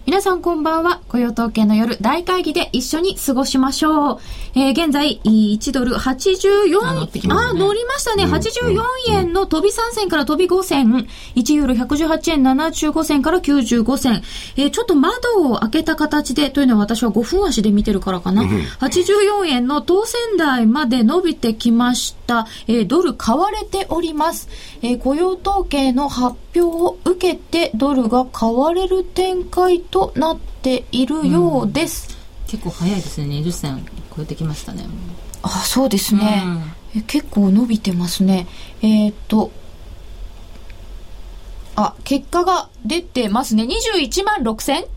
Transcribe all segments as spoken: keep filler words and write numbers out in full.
皆さんこんばんは。雇用統計の夜大会議で一緒に過ごしましょう。えー、現在いちドルはちじゅうよん、あ、乗ってきましたね。あ、乗りましたね。はちじゅうよんえんの飛びさん銭から飛びご銭、いちユーロひゃくじゅうはちえんななじゅうご銭からきゅうじゅうご銭。えー、ちょっと窓を開けた形で、というのは私はごふん足で見てるからかな。はちじゅうよんえんの当選台まで伸びてきました。えー、ドル買われております。えー、雇用統計の発表を受けてドルが買われる展開となっているようです、 うん、結構早いですね。にじゅっ銭超えてきましたね。 あ、そうですね、うん、え結構伸びてますね。えー、っとあ結果が出てますね。にじゅういちまんろくせん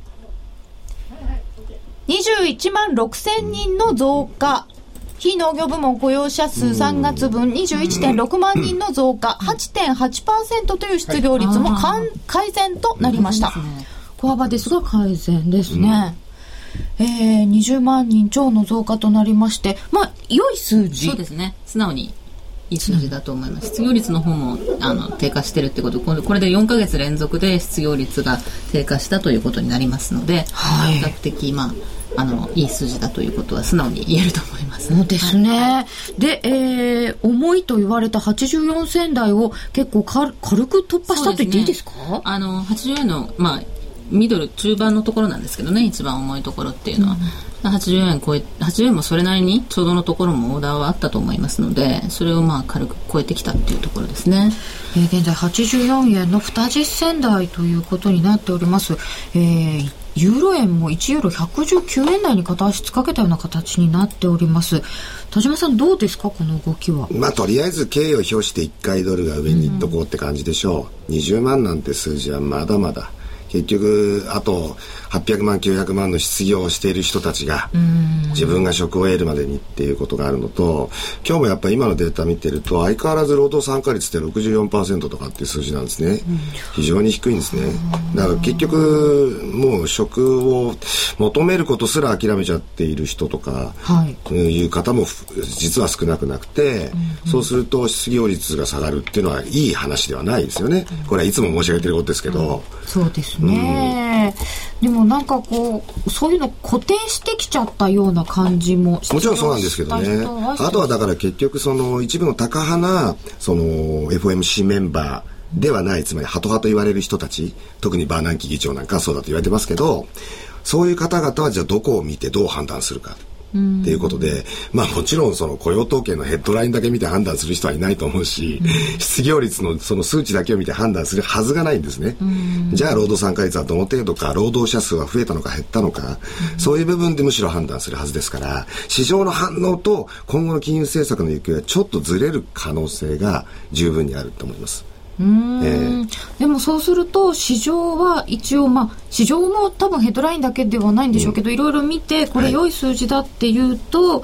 にじゅういちまんろくせんにんの増加、非農業部門雇用者数さんがつぶん にじゅういってんろくまんにんの増加、 はちてんはちパーセント という失業率もかん改善となりました。小幅ですが改善ですね、うん、えー、にじゅうまんにん超の増加となりまして、まあ良い数字。 そうですね、素直にいい数字だと思います。失業率の方もあの低下してるってこと、これでよんかげつ連続で失業率が低下したということになりますので、はい、比較的まああのいい数字だということは素直に言えると思います。 そうですね、はい、で、えー、重いと言われたはちじゅうよん銭台を結構軽く突破したと言っていいですか？ そうですね、あのはちじゅうえんの、まあ、ミドル中盤のところなんですけどね、一番重いところっていうのは、うん、はちじゅうえん超え、はちじゅうえんもそれなりにちょうどのところもオーダーはあったと思いますので、それをまあ軽く超えてきたっていうところですね。 えー、現在はちじゅうよんえんのにじゅっ銭台ということになっております。えーユーロ円もいちユーロひゃくじゅうきゅうえん台に片足つかけたような形になっております。田島さんどうですか、この動きは。 まあとりあえず敬意を表していっかいドルが上に行っとこうって感じでしょう、うん、にじゅうまんなんて数字はまだまだ、結局あとはっぴゃくまんきゅうひゃくまんの失業をしている人たちが自分が職を得るまでにっていうことがあるのと、今日もやっぱり今のデータ見てると相変わらず労働参加率って ろくじゅうよんパーセント とかっていう数字なんですね。非常に低いんですね。だから結局もう職を求めることすら諦めちゃっている人とかいう方も実は少なくなくて、そうすると失業率が下がるっていうのはいい話ではないですよね。これはいつも申し上げてることですけど、 そうですね、うん、でもなんかこうそういうの固定してきちゃったような感じももちろんそうなんですけどね。あとはだから結局その一部のタカ派なその エフオーエムシー メンバーではない、つまりハト派と言われる人たち、特にバーナンキ議長なんかはそうだと言われてますけど、そういう方々はじゃあどこを見てどう判断するかっていうことで、まあもちろんその雇用統計のヘッドラインだけ見て判断する人はいないと思うし、うん、失業率のその数値だけを見て判断するはずがないんですね。じゃあ労働参加率はどの程度か、労働者数は増えたのか減ったのか、うん、そういう部分でむしろ判断するはずですから、市場の反応と今後の金融政策の行方はちょっとずれる可能性が十分にあると思います。 うーん、えー、でもそうすると市場は一応、まあ、市場も多分ヘッドラインだけではないんでしょうけど、うん、いろいろ見てこれ良い数字だっていうと、はい、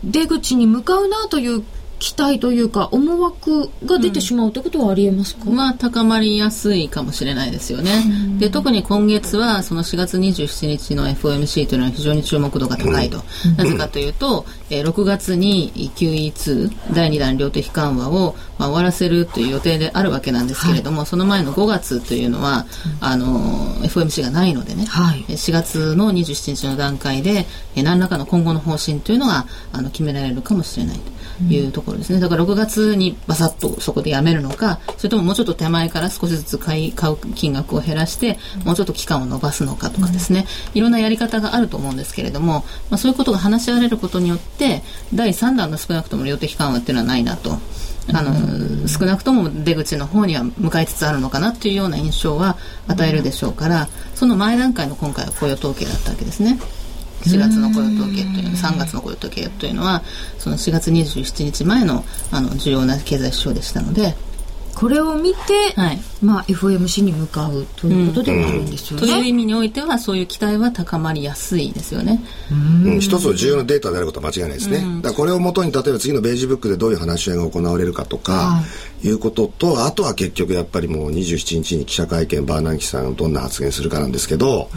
出口に向かうなという期待というか思惑が出てしまうということはありえますか？ うん、まあ高まりやすいかもしれないですよね。で特に今月はそのしがつにじゅうしちにちの エフオーエムシー というのは非常に注目度が高いと、うん、なぜかというと、えー、ろくがつに キューイーツー だいにだん量的緩和を、まあ、終わらせるという予定であるわけなんですけれども、はい、その前のごがつというのは、うん、あの エフオーエムシー がないのでね、はい、しがつのにじゅうしちにちの段階で、えー、何らかの今後の方針というのがあの決められるかもしれないというところですね。だからろくがつにバサッとそこでやめるのか、それとももうちょっと手前から少しずつ買い買う金額を減らしてもうちょっと期間を延ばすのかとかですね、いろんなやり方があると思うんですけれども、まあ、そういうことが話し合われることによってだいさんだんの少なくとも量的緩和っていうのはないなと、あの少なくとも出口の方には向かいつつあるのかなというような印象は与えるでしょうから、その前段階の今回は雇用統計だったわけですね。しがつの雇用統計というのはさんがつの雇用統計というのはそのしがつにじゅうしちにちまえの、あの重要な経済指標でしたので、 これを見て、はい、まあ、エフオーエムシー に向かうということではあるんですよね、 うん、という意味においてはそういう期待は高まりやすいですよね。 うん、一つの重要なデータであることは間違いないですね、うん、だからこれをもとに例えば次のベージュブックでどういう話し合いが行われるかとか、はい、いうことと、あとは結局やっぱりもうにじゅうしちにちに記者会見バーナンキさんどんな発言するかなんですけど、うん、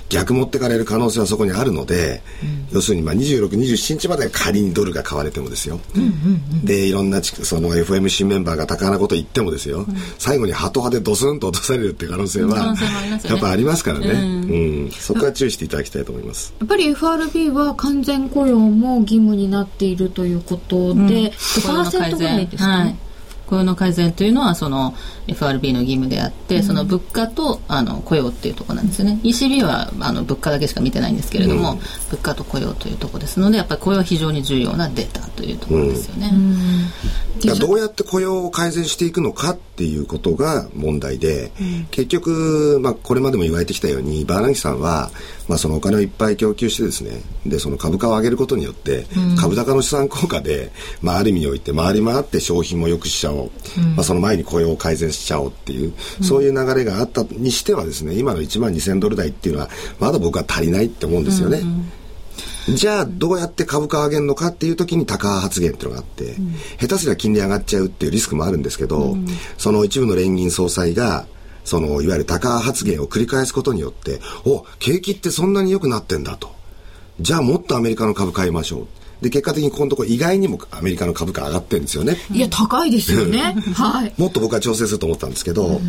逆持ってかれる可能性はそこにあるので、うん、要するにまあにじゅうろく、にじゅうしちにちまで仮にドルが買われてもですよ、うんうんうん、でいろんなその エフオーエムシー メンバーが高派なこと言ってもですよ、うん、最後にハト派でドスンと落とされるっていう可能性はやっぱありますからね、うんうん、そこは注意していただきたいと思います。 やっぱり エフアールビー は完全雇用も義務になっているということで、うん、ごパーセントぐらいですかね、はい、 雇用の改善というのはその エフアールビー の義務であって、うん、その物価とあの雇用っていうところなんですよね。 イーシービー はあの物価だけしか見てないんですけれども、うん、物価と雇用というところですので、やっぱり雇用は非常に重要なデータというところですよね、うんうん、どうやって雇用を改善していくのかっていうことが問題で、うん、結局、まあ、これまでも言われてきたようにバーナンキさんは、まあ、そのお金をいっぱい供給してですね、でその株価を上げることによって、うん、株高の資産効果で、まあ、ある意味において回り回って商品も良くしちゃおう、うんまあ、その前に雇用を改善しちゃおうっていう、うん、そういう流れがあったにしてはですね、今のいちまんにせんドル台っていうのはまだ僕は足りないって思うんですよね、うんうん、じゃあどうやって株価を上げるのかっていう時に高派発言っていうのがあって、うん、下手すりゃ金利上がっちゃうっていうリスクもあるんですけど、うん、その一部の連銀総裁がそのいわゆる高派発言を繰り返すことによって、お、景気ってそんなに良くなってんだと、じゃあもっとアメリカの株買いましょう。で結果的にこのところ意外にもアメリカの株価上がってるんですよね。 いや高いですよね、はい、 もっと僕は調整すると思ったんですけど、うん、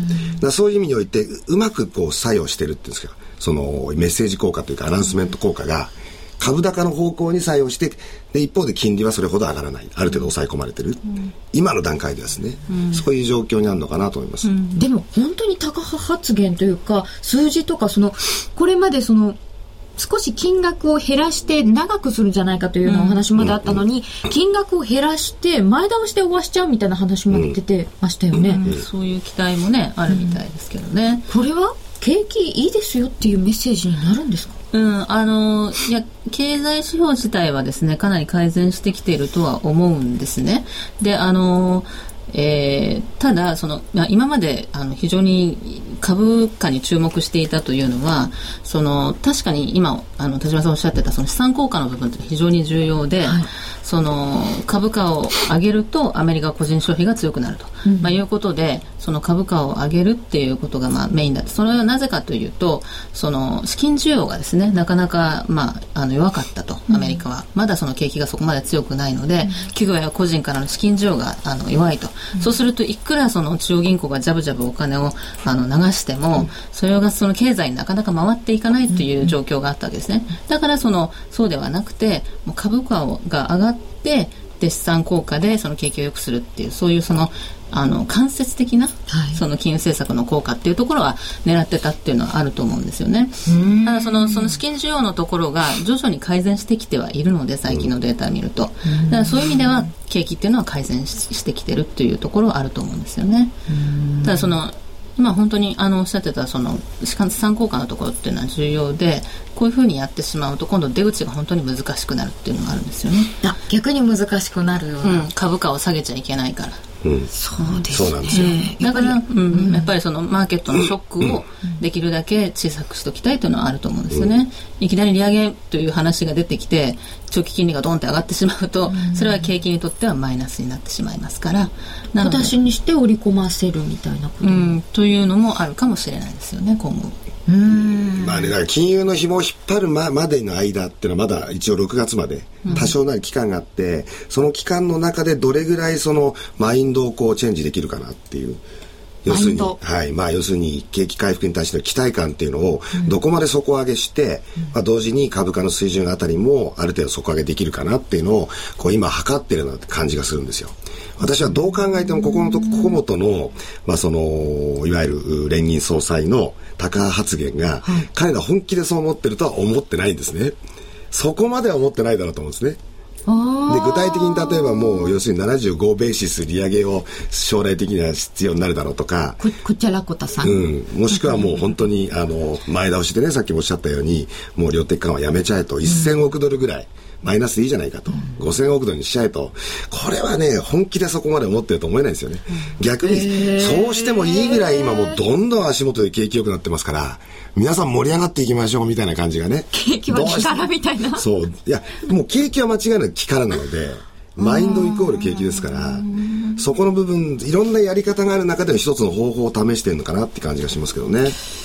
だそういう意味においてうまくこう作用してるっていうんですか、そのメッセージ効果というかアナウンスメント効果が株高の方向に作用して、で一方で金利はそれほど上がらない、ある程度抑え込まれてる、うん、今の段階でですね、うん、そういう状況にあるのかなと思います、うん、 でも本当に高派発言というか数字とかそのこれまでその少し金額を減らして長くするんじゃないかというようなお話まであったのに、うんうん、金額を減らして前倒しで終わしちゃうみたいな話も出てましたよね、うんうん、そういう期待もねあるみたいですけどね、 うん、これは景気いいですよっていうメッセージになるんですか？ うん、あのいや経済指標自体はですねかなり改善してきているとは思うんですね。であのえー、ただその今まであの非常に株価に注目していたというのはその確かに今あの田島さんおっしゃってたその資産効果の部分って非常に重要で、はい、その株価を上げるとアメリカ個人消費が強くなると、うんまあ、いうことでその株価を上げるっていうことがまあメインだって、それはなぜかというとその資金需要がですねなかなか、まあ、あの弱かったと、アメリカは、うん、まだその景気がそこまで強くないので、うん、企業や個人からの資金需要があの弱いと、うん、そうするといくらその中央銀行がジャブジャブお金をあの流しても、うん、それがその経済になかなか回っていかないという状況があったわけですね。だからそのそうではなくてもう株価が上がってで資産効果でその景気を良くするっていうそういうそのあの間接的な、はい、その金融政策の効果っていうところは狙ってたっていうのはあると思うんですよね。ただその、その資金需要のところが徐々に改善してきてはいるので最近のデータを見ると、だからそういう意味では景気っていうのは改善 し, してきてるっていうところはあると思うんですよね。ただその今本当にあのおっしゃってたその資産効果のところっていうのは重要で、こういうふうにやってしまうと今度出口が本当に難しくなるっていうのがあるんですよね。 あ、逆に難しくなるような、 うん、株価を下げちゃいけないからうん、 そうですね。 そうなんですよ。 だから、うんうん、やっぱりそのマーケットのショックをできるだけ小さくしておきたいというのはあると思うんですよね。うん、いきなり利上げという話が出てきて長期金利がドンって上がってしまうと、うん、それは景気にとってはマイナスになってしまいますから、なので小出しにして織り込ませるみたいなこと、うん、 というのもあるかもしれないですよね今後。 うーんまあね、だから金融の紐を引っ張る ま, までの間っていうのはまだ一応ろくがつまで多少なり期間があって、うん、その期間の中でどれぐらいそのマインドをこうチェンジできるかなっていう、要するに、はいまあ、要するに景気回復に対しての期待感っていうのをどこまで底上げして、うんまあ、同時に株価の水準あたりもある程度底上げできるかなっていうのをこう今測ってるような感じがするんですよ。私はどう考えてもここのとこここもとの、まあ、そのいわゆる連銀総裁の高発言が、はい、彼が本気でそう思ってるとは思ってないんですね。そこまでは思ってないだろうと思うんですね。で具体的に例えばもう要するにななじゅうごベーシス利上げを将来的には必要になるだろうとかこ, こちらこたさん、 うん、もしくはもう本当にあの前倒しでねさっきもおっしゃったようにもう量的緩和やめちゃえと、せんおくドルぐらいマイナスでいいじゃないかと、うん、ごせんおくドルにしちゃえと、これはね本気でそこまで思ってると思えないんですよね、うん、逆にそうしてもいいぐらい今もうどんどん足元で景気良くなってますから皆さん盛り上がっていきましょうみたいな感じがね。 景気は気からみたいな。 そういやもう景気は間違いなく気からなのでマインドイコール景気ですから、そこの部分いろんなやり方がある中での一つの方法を試してるのかなって感じがしますけどね。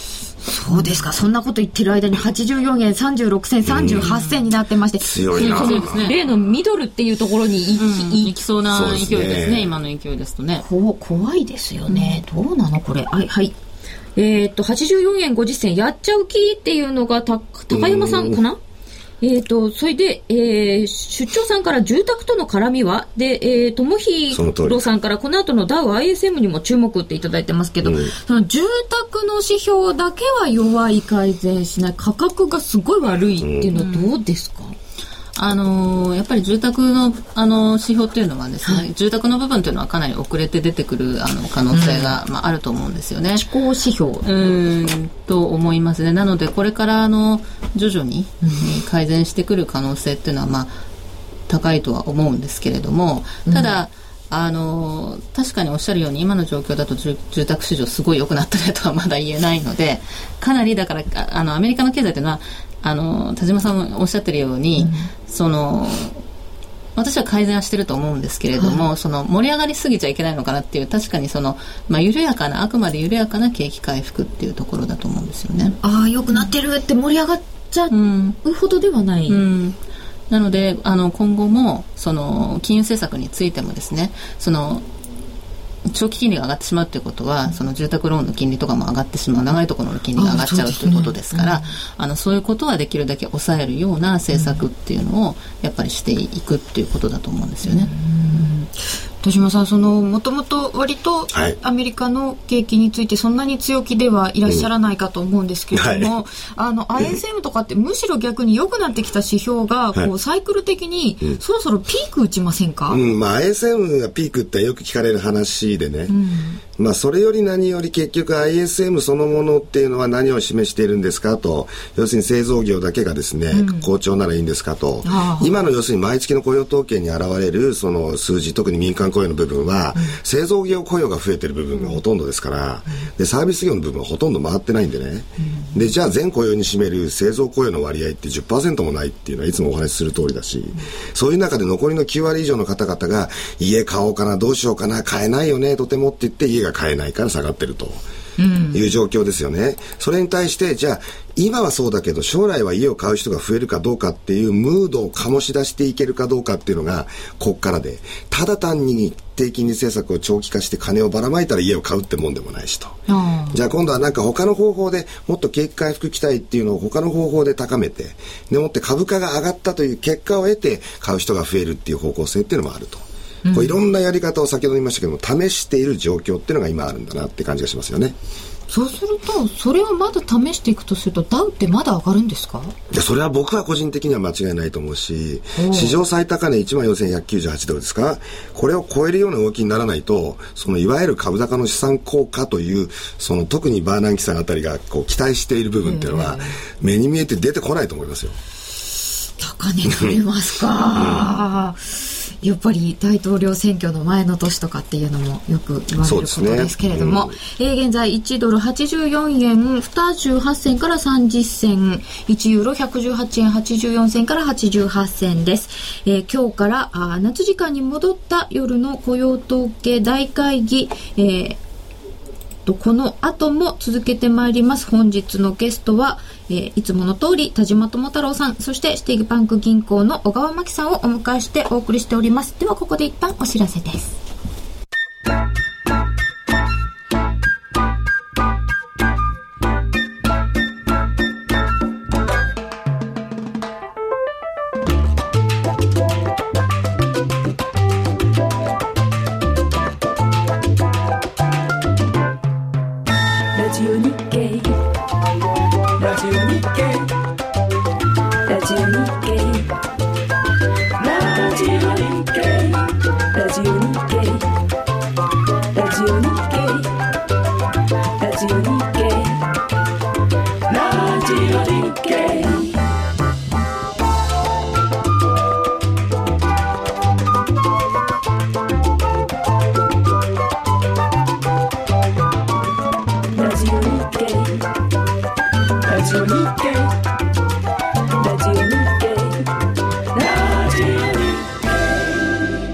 そうですか。そんなこと言ってる間にはちじゅうよんえんさんじゅうろくせんさんじゅうはっせんになってまして、 強いな。 そうですね。例のミドルっていうところに行き、うん、 行きそうな勢いですね。今の勢いですとね。 こ怖いですよね。どうなのこれ。はい、はい。えー、っと、はちじゅうよんえんごじゅっせんやっちゃう気っていうのがた高山さんかな。えーと、それで、えー、出張さんから住宅との絡みはで、えー、ともひろさんからこの後のダウ アイエスエム にも注目っていただいてますけど、うん、その住宅の指標だけは弱い、改善しない、価格がすごい悪いっていうのはどうですか？うん、 あのー、やっぱり住宅の、あのー、指標っていうのはですね、はい、住宅の部分というのはかなり遅れて出てくるあの可能性が、うん、まあ、あると思うんですよね。 地高指標うーんと思いますね。なのでこれからあの徐々に、うん、改善してくる可能性っていうのは、まあ、高いとは思うんですけれども、ただ、うん、あの確かにおっしゃるように今の状況だと住宅市場すごい良くなったねとはまだ言えないので、かなりだからあのアメリカの経済というのはあの田島さんもおっしゃってるように、うん、その私は改善はしてると思うんですけれども、はい、その盛り上がりすぎちゃいけないのかなっていう、確かにその、まあ、緩やかなあくまで緩やかな景気回復っていうところだと思うんですよね。 ああ良くなってるって盛り上がっちゃうほどではない、 うんうん、なのであの今後もその金融政策についてもですね、その長期金利が上がってしまうということは、その住宅ローンの金利とかも上がってしまう、長いところの金利が上がっちゃうということですから、あ、そうですね、うん、あのそういうことはできるだけ抑えるような政策っていうのをやっぱりしていくっていうことだと思うんですよね。 うん、戸島さん、そのもともと割とアメリカの景気についてそんなに強気ではいらっしゃらないかと思うんですけれども、うん、はい、あの アイエスエム とかってむしろ逆に良くなってきた指標がこうサイクル的にそろそろピーク打ちませんか？ うん、まあ、アイエスエム がピークってよく聞かれる話でね、うん、まあ、それより何より結局 アイエスエム そのものっていうのは何を示しているんですかと、要するに製造業だけがですね、うん、好調ならいいんですかと、今の要するに毎月の雇用統計に現れるその数字、特に民間雇用の部分は、うん、製造業雇用が増えてる部分がほとんどですから、うん、でサービス業の部分はほとんど回ってないんでね、うん、でじゃあ全雇用に占める製造雇用の割合って じゅっパーセント もないっていうのはいつもお話しする通りだし、うん、そういう中で残りのきゅうわり以上の方々が家買おうかな、どうしようかな、買えないよねとてもって言って家が買えないから下がってるという状況ですよね、うん、それに対してじゃあ今はそうだけど将来は家を買う人が増えるかどうかっていうムードを醸し出していけるかどうかっていうのがこっからで、ただ単に低金利政策を長期化して金をばらまいたら家を買うってもんでもないしと、じゃあ今度はなんか他の方法でもっと景気回復期待っていうのを他の方法で高めて、でもって株価が上がったという結果を得て買う人が増えるっていう方向性っていうのもあると、こういろんなやり方を先ほど言いましたけども試している状況っていうのが今あるんだなって感じがしますよね。 そうするとそれをまだ試していくとするとダウってまだ上がるんですか？ いや、それは僕は個人的には間違いないと思うし、史上最高値 いちまんよんせんひゃくきゅうじゅうはち ドルですか、これを超えるような動きにならないと、そのいわゆる株高の資産効果というその特にバーナンキさんあたりがこう期待している部分っていうのは目に見えて出てこないと思いますよ。 高値取れますか、うん、やっぱり大統領選挙の前の年とかっていうのもよく言われることですけれども、ね、うん、えー、現在いちドルはちじゅうよんえんにじゅうはっせんからさんじゅっせん、いちユーロひゃくじゅうはちえんはちじゅうよんせんからはちじゅうはっせんです。えー、今日からあ夏時間に戻った夜の雇用統計大会議、えーこの後も続けてまいります。本日のゲストは、えー、いつもの通り田島智太郎さん、そしてシティバンク銀行の小川真紀さんをお迎えしてお送りしております。ではここで一旦お知らせです。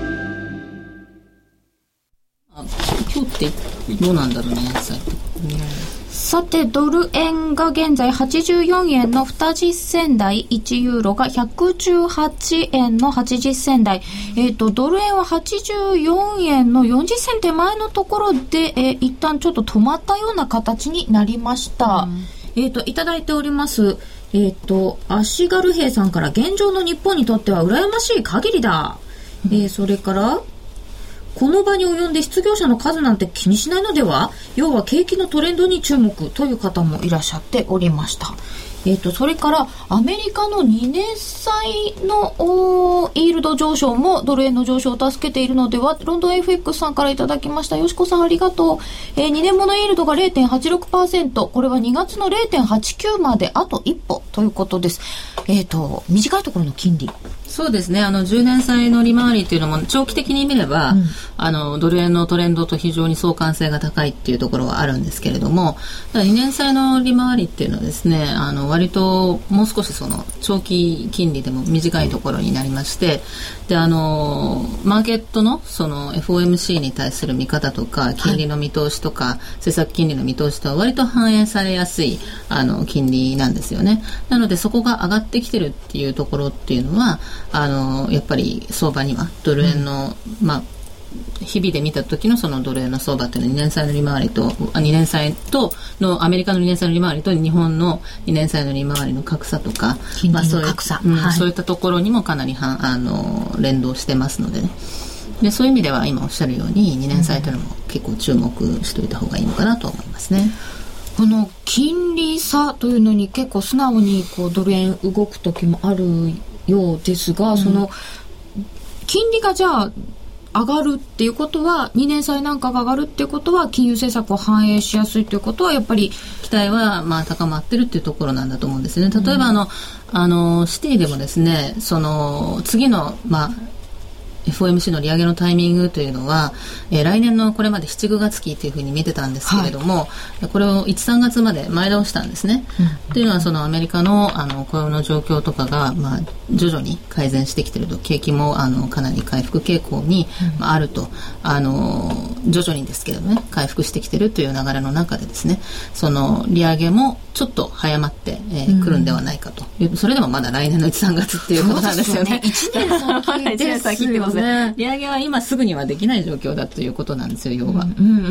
どうなんだろうね、 さてドル円が現在はちじゅうよんえんのにじゅっ銭台、いちユーロがひゃくじゅうはちえんのはちじゅっ銭台、えーとドル円ははちじゅうよんえんのよんじゅっ銭手前のところで、えー、一旦ちょっと止まったような形になりました。うん、えーといただいておりますえっ、ー、と足軽兵さんから、現状の日本にとっては羨ましい限りだ。うん、えー、それからこの場に及んで失業者の数なんて気にしないのでは、要は景気のトレンドに注目という方もいらっしゃっておりました。えー、とそれからアメリカのにねん債のイールド上昇もドル円の上昇を助けているのでは、ロンドン エフエックス さんからいただきました。よしこさんありがとう。えー、にねんものイールドが れいてんはちろくパーセント、 これはにがつの れいてんはちきゅう まであと一歩ということです。えー、と短いところの金利、 そうですね、あのじゅうねん債の利回りというのも長期的に見れば、うん、あのドル円のトレンドと非常に相関性が高いっていうところはあるんですけれども、にねん債の利回りっていうのはですね、あの割ともう少しその長期金利でも短いところになりまして、であのマーケットのその エフオーエムシー に対する見方とか金利の見通しとか、はい、政策金利の見通しとは割と反映されやすいあの金利なんですよね。なのでそこが上がってきてるっていうところっていうのは、あのやっぱり相場にはドル円の、うん、まあ日々で見た時のそのドル円の相場というのはにねん債の利回りとにねん債とのアメリカのにねん債の利回りと日本のにねん債の利回りの格差とか、 金利の格差、 まあそうい、うんはい、そういったところにもかなりはあの連動してますのでね。でそういう意味では今おっしゃるようににねん債というのも結構注目しておいた方がいいのかなと思いますね。 この金利差というのに結構素直にこうドル円動く時もあるようですが、うん、その金利がじゃあ上がるっていうことは、にねん債なんかが上がるっていうことは金融政策を反映しやすいということは、やっぱり期待はまあ高まってるっていうところなんだと思うんですね。例えばあの、うん、あのシティでもですね、その次のまあエフオーエムシー の利上げのタイミングというのは、えー、来年のこれまでしち、くがつ期というふうに見てたんですけれども、はい、これをいち、さんがつまで前倒したんですね。うん、というのはそのアメリカの、あの雇用の状況とかが、まあ、徐々に改善してきていると、景気もあのかなり回復傾向に、うんまあ、あると、あの徐々にですけどね回復してきているという流れの中でですね、その利上げもちょっと早まってく、えー、るんではないかという、それでもまだ来年のいち、さんがつっていうことなんですよね。 いちねん先ですよね。 利上げは今すぐにはできない状況だということなんですよ、要は。うんうんうんうん、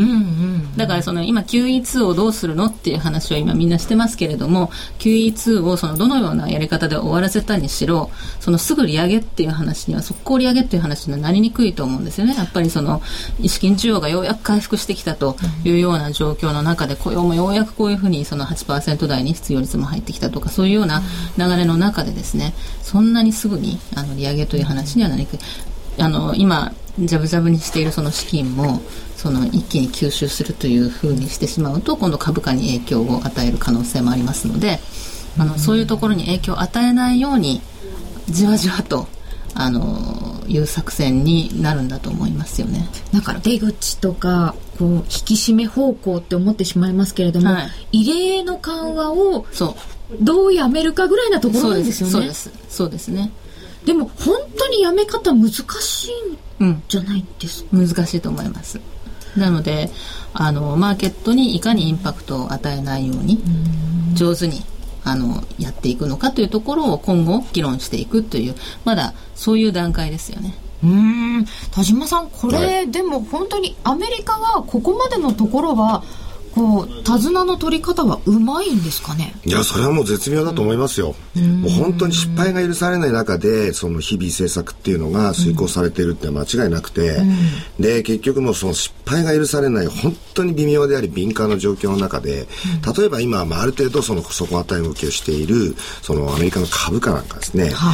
だからその今 キューイーツー をどうするのっていう話を今みんなしてますけれども、 キューイーツー をそのどのようなやり方で終わらせたにしろ、そのすぐ利上げっていう話には、速攻利上げっていう話にはなりにくいと思うんですよね。やっぱりその資金需要がようやく回復してきたというような状況の中で、雇用もようやくこういうふうにその はちパーセント 台に失業率も入ってきたとか、そういうような流れの中でですね、そんなにすぐにあの利上げという話にはなりにくい。あの今ジャブジャブにしているその資金もその一気に吸収するというふうにしてしまうと、今度株価に影響を与える可能性もありますので、あのそういうところに影響を与えないようにじわじわとあのいう作戦になるんだと思いますよね。 だから出口とかこう引き締め方向って思ってしまいますけれども、はい、異例の緩和をどうやめるかぐらいなところなんですよね。 そうです、そうです、そうですね。 でも本当にやめ方難しいんじゃないですか。 うん、難しいと思います。なのであのマーケットにいかにインパクトを与えないように上手にあのやっていくのかというところを今後議論していくという、まだそういう段階ですよね。 うーん、田島さん、これ、はい、でも本当にアメリカはここまでのところはこう手綱の取り方はうまいんですかね。 いや、それはもう絶妙だと思いますよ。うん、もう本当に失敗が許されない中でその日々政策っていうのが遂行されているって間違いなくて、うん、で結局もうその失敗が許されない本当に微妙であり敏感な状況の中で、うん、例えば今、まあ、ある程度その底堅い動きをしているそのアメリカの株価なんかですね、はい、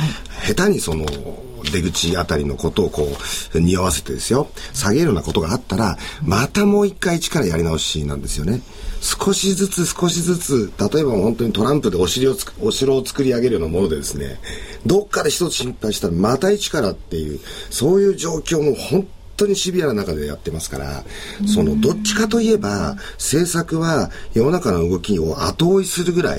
下手にその出口あたりのことをこう匂わせてですよ下げるようなことがあったら、またもう一回一からやり直しなんですよね。少しずつ少しずつ、例えば本当にトランプでお尻をつくお城を作り上げるようなものでですね、どっかで一つ心配したらまた一からっていう、そういう状況も本当にシビアな中でやってますから、そのどっちかといえば政策は世の中の動きを後追いするぐらい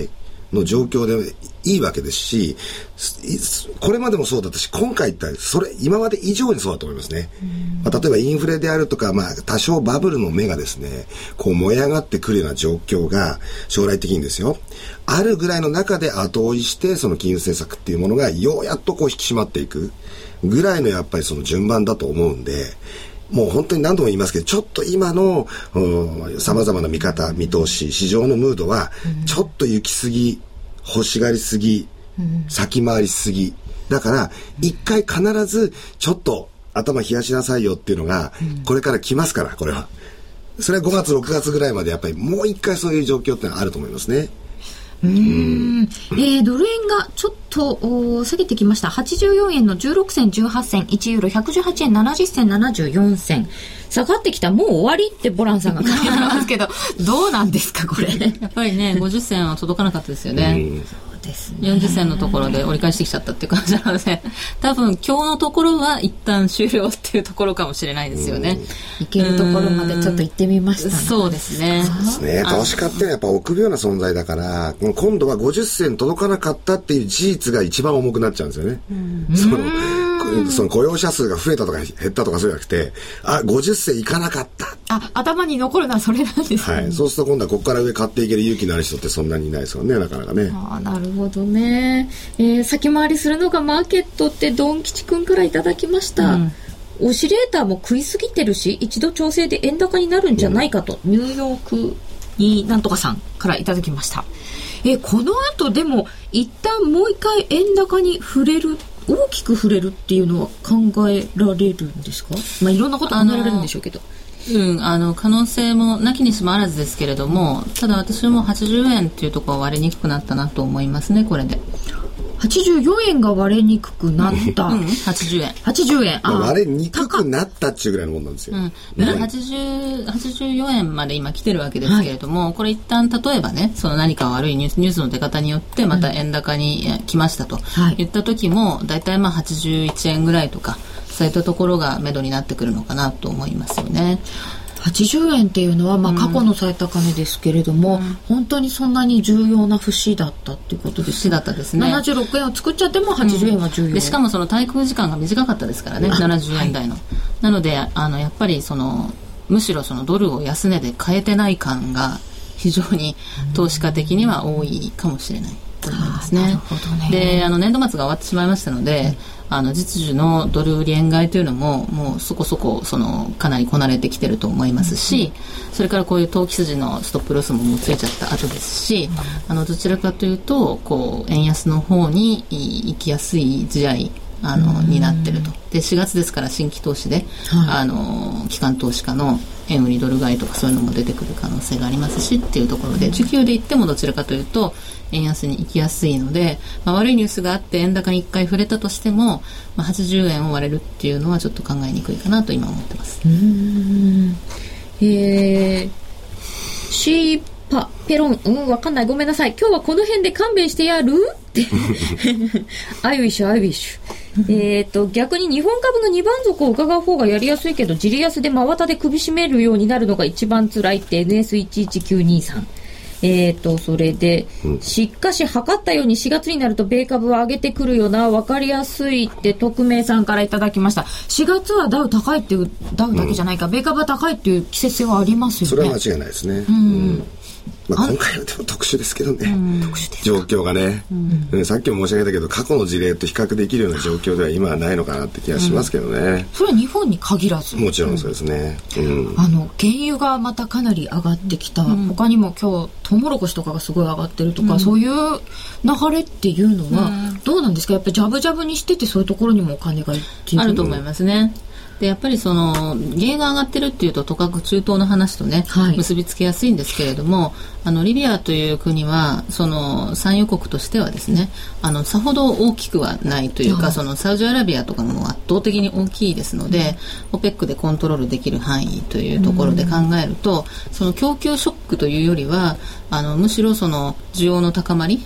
の状況でいいわけですし、これまでもそうだったし、今回ってそれ今まで以上にそうだと思いますね。まあ、例えばインフレであるとか、まあ、多少バブルの芽がですねこう燃え上がってくるような状況が将来的にですよあるぐらいの中で後追いして、その金融政策っていうものがようやっとこう引き締まっていくぐらいのやっぱりその順番だと思うんで、もう本当に何度も言いますけど、ちょっと今の様々な見方見通し市場のムードはちょっと行き過ぎ、欲しがりすぎ、先回りしすぎだから、一回必ずちょっと頭冷やしなさいよっていうのがこれから来ますから、これはそれはごがつろくがつぐらいまでやっぱりもう一回そういう状況ってのはあると思いますね。 うーん、えー、ドル円がちょっと下げてきました。はちじゅうよんえんのじゅうろくせんじゅうはちせん、いちユーロひゃくじゅうはちえんななじゅっせんななじゅうよんせん、下がってきた。もう終わりってボランさんが書いてますけどどうなんですかこれ。 やっぱりねごじゅっせんは届かなかったですよね。うんですね、 よんじゅっせんのところで折り返してきちゃったっていう感じなので、多分今日のところは一旦終了っていうところかもしれないですよね。 行けるところまでちょっと行ってみましたね。 そうですね。 そうですね。投資家ってやっぱ臆病な存在だから、今度はごじゅっせん届かなかったっていう事実が一番重くなっちゃうんですよね。そのその雇用者数が増えたとか減ったとかそうじゃなくて、あ、ごじゅっせんいかなかった。 あ、頭に残るのはそれなんですね。 はい。そうすると今度はここから上買っていける勇気のある人ってそんなにいないですよね、なかなかね。 あ、なるほどね。えー、先回りするのがマーケットってドン吉くんからいただきました。うん、オシレーターも食いすぎてるし、一度調整で円高になるんじゃないかと、うん、ニューヨークになんとかさんからいただきました。えー、この後でも一旦もう一回円高に触れる、大きく触れるっていうのは考えられるんですか？まあ、いろんなこと考えられるんでしょうけど。 うん、あの可能性もなきにしもあらずですけれども、ただ私もはちじゅうえんっていうところは割れにくくなったなと思いますね、これで。 はちじゅうよんえんが割れにくくなった。 うん、はちじゅうえん。 はちじゅうえん。 あ、割れにくくなったっていうぐらいのもんなんですよ。 うん。だからはちじゅう、はちじゅうよえんまで今来てるわけですけれども、はい、これ一旦例えばね、その何か悪いニュース、ニュースの出方によってまた円高に来ましたと言った時も、だいたいまあはちじゅういちえんぐらいとか、そういったところが目処になってくるのかなと思いますよね。 はちじゅうえんっていうのは、まあ、過去の最高値ですけれども、うん、本当にそんなに重要な節だったっていうことです。 節だったですね。 ななじゅうろくえんを作っちゃってもはちじゅうえんは重要、うん、 でしかもその滞空時間が短かったですからね、ななじゅうえん台の、はい、なのであのやっぱりそのむしろそのドルを安値で買えてない感が非常に投資家的には多いかもしれないと思いますね。 なるほどね。 で、あの年度末が終わってしまいましたので、うん、あの実需のドル売り円買いというのももうそこそこそのかなりこなれてきてると思いますし、うん、それからこういう投機筋のストップロスももうついちゃった後ですし、うん、あのどちらかというとこう円安の方に行きやすい時代あのになってると。でしがつですから新規投資で、はい、あの機関投資家の円売りドル買いとかそういうのも出てくる可能性がありますしっていうところで、需給で言ってもどちらかというと円安に行きやすいので、まあ、悪いニュースがあって円高にいっかい触れたとしても、まあ、はちじゅうえんを割れるっていうのはちょっと考えにくいかなと今思ってます。 うーん、えー、シーパペロン、うん、わかんない、ごめんなさい、今日はこの辺で勘弁してやるってアイウィッシュアイウィッシュえっと逆に日本株のにばん底を伺う方がやりやすいけど、ジリ安で真綿で首絞めるようになるのが一番辛いって エヌエスいちいちきゅうにさん。えーとそれで、うん、しかし測ったようにしがつになると米株は上げてくるよな、分かりやすいって匿名さんからいただきました。しがつはダウ高いっていう、ダウだけじゃないか、うん、米株は高いっていう季節性はありますよね。 それは間違いないですね。うん、うんまあ、今回はでも特殊ですけどね、うん、状況がね、うんうん、さっきも申し上げたけど過去の事例と比較できるような状況では今はないのかなって気がしますけどね、うん、 それは日本に限らず、 もちろんそうですね、うんうん、 あの原油がまたかなり上がってきた、うん、他にも今日トウモロコシとかがすごい上がってるとか、うん、そういう流れっていうのはどうなんですか？やっぱりジャブジャブにしててそういうところにもお金がいってる、 あると思いますね。でやっぱりその原油が上がってるっていうととかく中東の話とね、はい、結びつけやすいんですけれども、あのリビアという国はその産油国としてはですね、あのさほど大きくはないというか、そのサウジアラビアとかも圧倒的に大きいですので、うん、オペックでコントロールできる範囲というところで考えると、うん、その供給ショックというよりはあのむしろその需要の高まり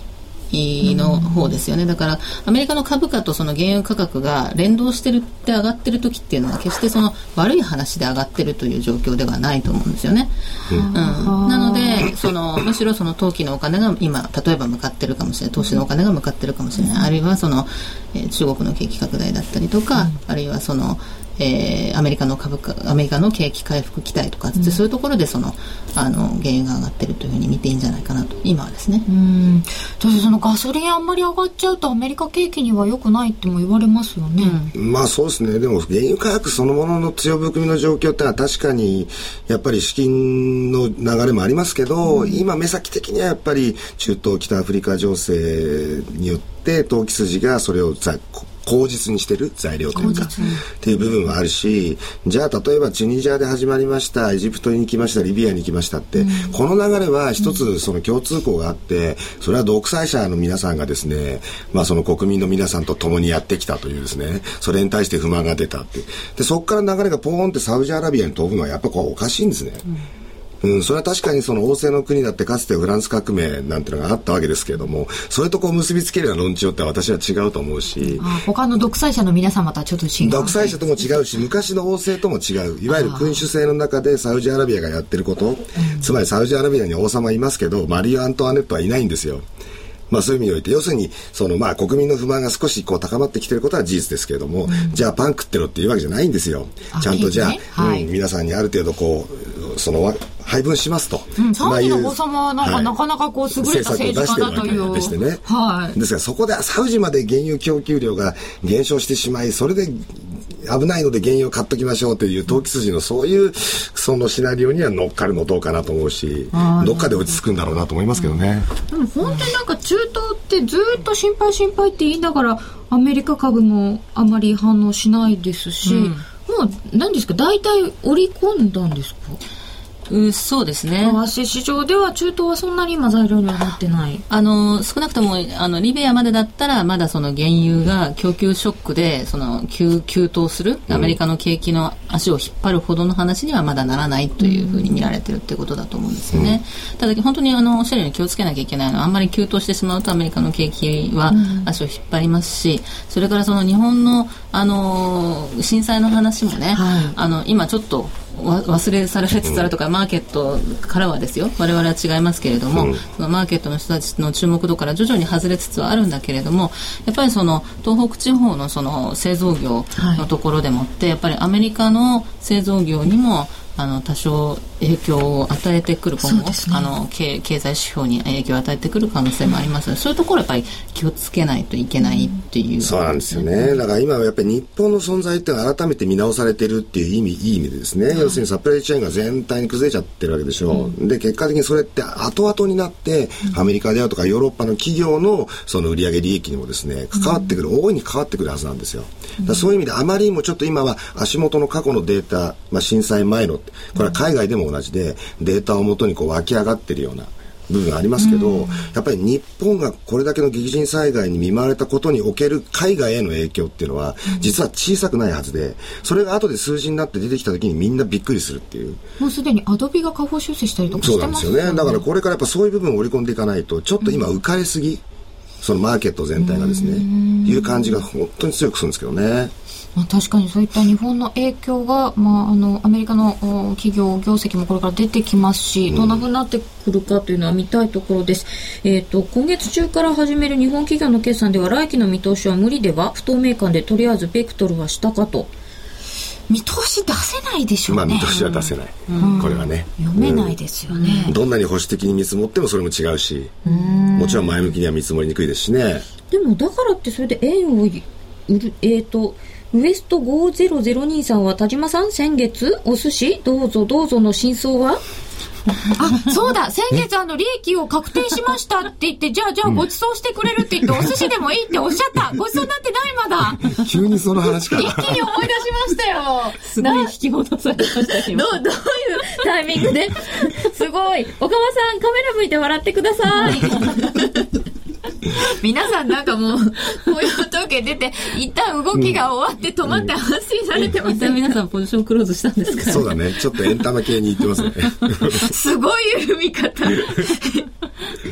の方ですよね。だからアメリカの株価とその原油価格が連動してるって上がってる時っていうのは決してその悪い話で上がってるという状況ではないと思うんですよね、うんうん、なのでそのむしろその投機のお金が今例えば向かってるかもしれない、投資のお金が向かってるかもしれない、あるいはその、えー、中国の景気拡大だったりとか、うん、あるいはそのえー、アメリカの株価、アメリカの景気回復期待とかって、うん、そういうところでそのあの原油が上がってるというふうに見ていいんじゃないかなと今はですね。 うん、そのガソリンあんまり上がっちゃうとアメリカ景気には良くないっても言われますよね、 うん、まあそうですね。でも原油価格そのものの強含みの状況ってのは確かにやっぱり資金の流れもありますけど、うん、今目先的にはやっぱり中東北アフリカ情勢によって投機筋がそれをざ口実にしてる材料というかっていう部分はあるし、じゃあ例えばチュニジアで始まりました、エジプトに行きました、リビアに行きましたって、うん、この流れは一つその共通項があって、それは独裁者の皆さんがですね、まあその国民の皆さんと共にやってきたというですね、それに対して不満が出たって、でそこから流れがポーンってサウジアラビアに飛ぶのはやっぱこうおかしいんですね、うんうん、それは確かにその王政の国だってかつてフランス革命なんていうのがあったわけですけれども、それとこう結びつけるような論調って私は違うと思うし、 あ他の独裁者の皆様とはちょっと違う、 独裁者とも違うし、昔の王政とも違う、いわゆる君主制の中でサウジアラビアがやってること、うん、つまりサウジアラビアに王様いますけどマリー・アントワネットはいないんですよ。まあそういう意味において、要するにそのまあ国民の不満が少しこう高まってきていることは事実ですけれども、うん、じゃあパン食ってろっていうわけじゃないんですよ。ちゃんとじゃあ、ねはい、うん、皆さんにある程度こうその配分しますと、 うん、サウジの王様はなんか、はい、なかなかこう優れた政治家だという、 でしてね、はい、ですからそこでサウジまで原油供給量が減少してしまい、それで危ないので原油を買っときましょうという投機筋のそういうそのシナリオには乗っかるのどうかなと思うし、どっかで落ち着くんだろうなと思いますけどね。 でも本当になんか中東ってずっと心配心配って言いながらアメリカ株もあまり反応しないですし、うん、もう何ですか、大体織り込んだんですか？ うん、そうですね。 為替市場では中東はそんなに今材料にはなってない。 あの少なくともあのリビアまでだったらまだその原油が供給ショックでその急急騰するアメリカの景気の足を引っ張るほどの話にはまだならないというふうに見られてるっていうことだと思うんですよね、うん、ただ本当にあのおっしゃるように気をつけなきゃいけないのは、あんまり急騰してしまうとアメリカの景気は足を引っ張りますし、それからその日本のあの震災の話もね、はい、あの今ちょっと忘れ去られつつあるとか、マーケットからはですよ、我々は違いますけれども、うん、そのマーケットの人たちの注目度から徐々に外れつつはあるんだけれども、やっぱりその東北地方のその製造業のところでもって、はい、やっぱりアメリカの製造業にもあの多少影響を与えてくる、今後、ね、あの 経, 経済指標に影響を与えてくる可能性もありますので、そういうところやっぱり気をつけないといけないっていう、うん、 そうなんですよね。だから今はやっぱり日本の存在って改めて見直されてるっていう意味、いい意味でですね、うん、要するにサプライチェーンが全体に崩れちゃってるわけでしょう、うん、で結果的にそれって後々になって、うん、アメリカであるとかヨーロッパの企業のその売上利益にもですね関わってくる、うん、大いに関わってくるはずなんですよ。だからそういう意味であまりにもちょっと今は足元の過去のデータ、まあ、震災前のこれは海外でも同じでデータをもとにこう湧き上がっているような部分がありますけど、うん、やっぱり日本がこれだけの激甚災害に見舞われたことにおける海外への影響っていうのは実は小さくないはずで、それが後で数字になって出てきた時にみんなびっくりするっていう。 もうすでにアドビが下方修正したりとかしてますよね。 そうなんですよね。だからこれからやっぱそういう部分を織り込んでいかないとちょっと今浮かれすぎ、うん、そのマーケット全体がですねいう感じが本当に強くするんですけどね。 まあ、確かにそういった日本の影響が、まあ、あのアメリカの企業業績もこれから出てきますし、うん、どんな風になってくるかというのは見たいところです。えーと、今月中から始める日本企業の決算では来期の見通しは無理では、不透明感でとりあえずベクトルは下かと。見通し出せないでしょうね。 まあ見通しは出せない、うん、これはね読めないですよね、 うん、どんなに保守的に見積もってもそれも違うし、うん、もちろん前向きには見積もりにくいですしね。 でもだからってそれで円を売る、えーとウエストごーぜろぜろにさんは田島さん、先月お寿司どうぞどうぞの真相はあ、そうだ、先月あの利益を確定しましたって言って、じゃあじゃあご馳走してくれるって言って、お寿司でもいいっておっしゃった。ご馳走になってないまだ。 急にその話か。 一気に思い出しましたよ。 すごい引き戻されました今。 どう、どういうタイミングですごい。岡間さんカメラ向いて笑ってください。皆さんなんかもう雇用統計出て一旦動きが終わって止まって安心されてます、ね、 一旦皆さんポジションクローズしたんですか、ね、 そうだね、ちょっとエンタメ系に行ってますね。 すごい緩み方。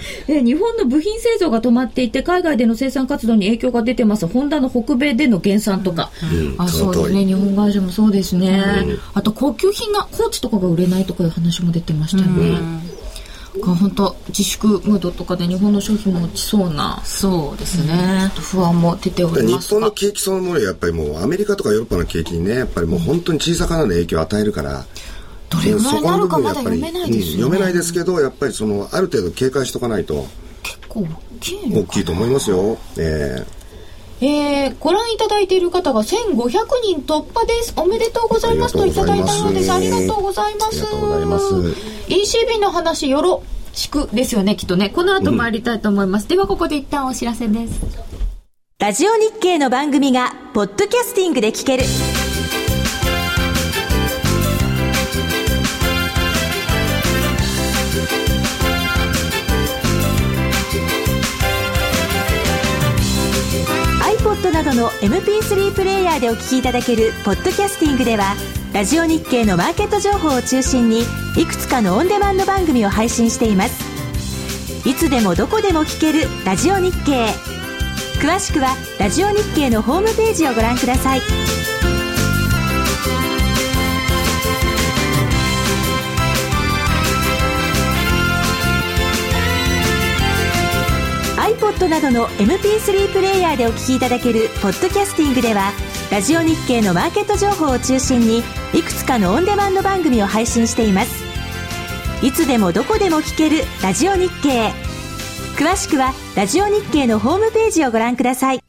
え日本の部品製造が止まっていて海外での生産活動に影響が出てます。ホンダの北米での減産とか、うん、あそうですね、日本会社もそうですね、うん、あと高級品がコーチとかが売れないとかいう話も出てましたよね、うん本当自粛ムードとかで日本の商品も落ちそうなそうですね、 うん、不安も出ております日本の景気そのものやっぱりもうアメリカとかヨーロッパの景気にねやっぱりもう本当に小さな影響を与えるからどれぐらいになるかまだ読めないですよね、うん、 読めないですけどやっぱりそのある程度警戒しとかないと結構大きいのかな。 大きいと思いますよ、えーえー、ご覧いただいている方がせんごひゃくにん突破です。おめでとうございますといただいたようです。ありがとうございます。ありがとうございます。 イーシービー の話よろしくですよねきっとね。この後参りたいと思います、うん、ではここで一旦お知らせです。 ラジオ日経の番組がポッドキャスティングで聞ける。iPod などの エムピースリー プレイヤーでお聞きいただけるポッドキャスティングではラジオ日経のマーケット情報を中心にいくつかのオンデマンド番組を配信しています。いつでもどこでも聞けるラジオ日経。詳しくはラジオ日経のホームページをご覧ください。iPod などの エムピースリー プレイヤーでお聞きいただけるポッドキャスティングではラジオ日経のマーケット情報を中心にいくつかのオンデマンド番組を配信しています。いつでもどこでも聞けるラジオ日経。詳しくはラジオ日経のホームページをご覧ください。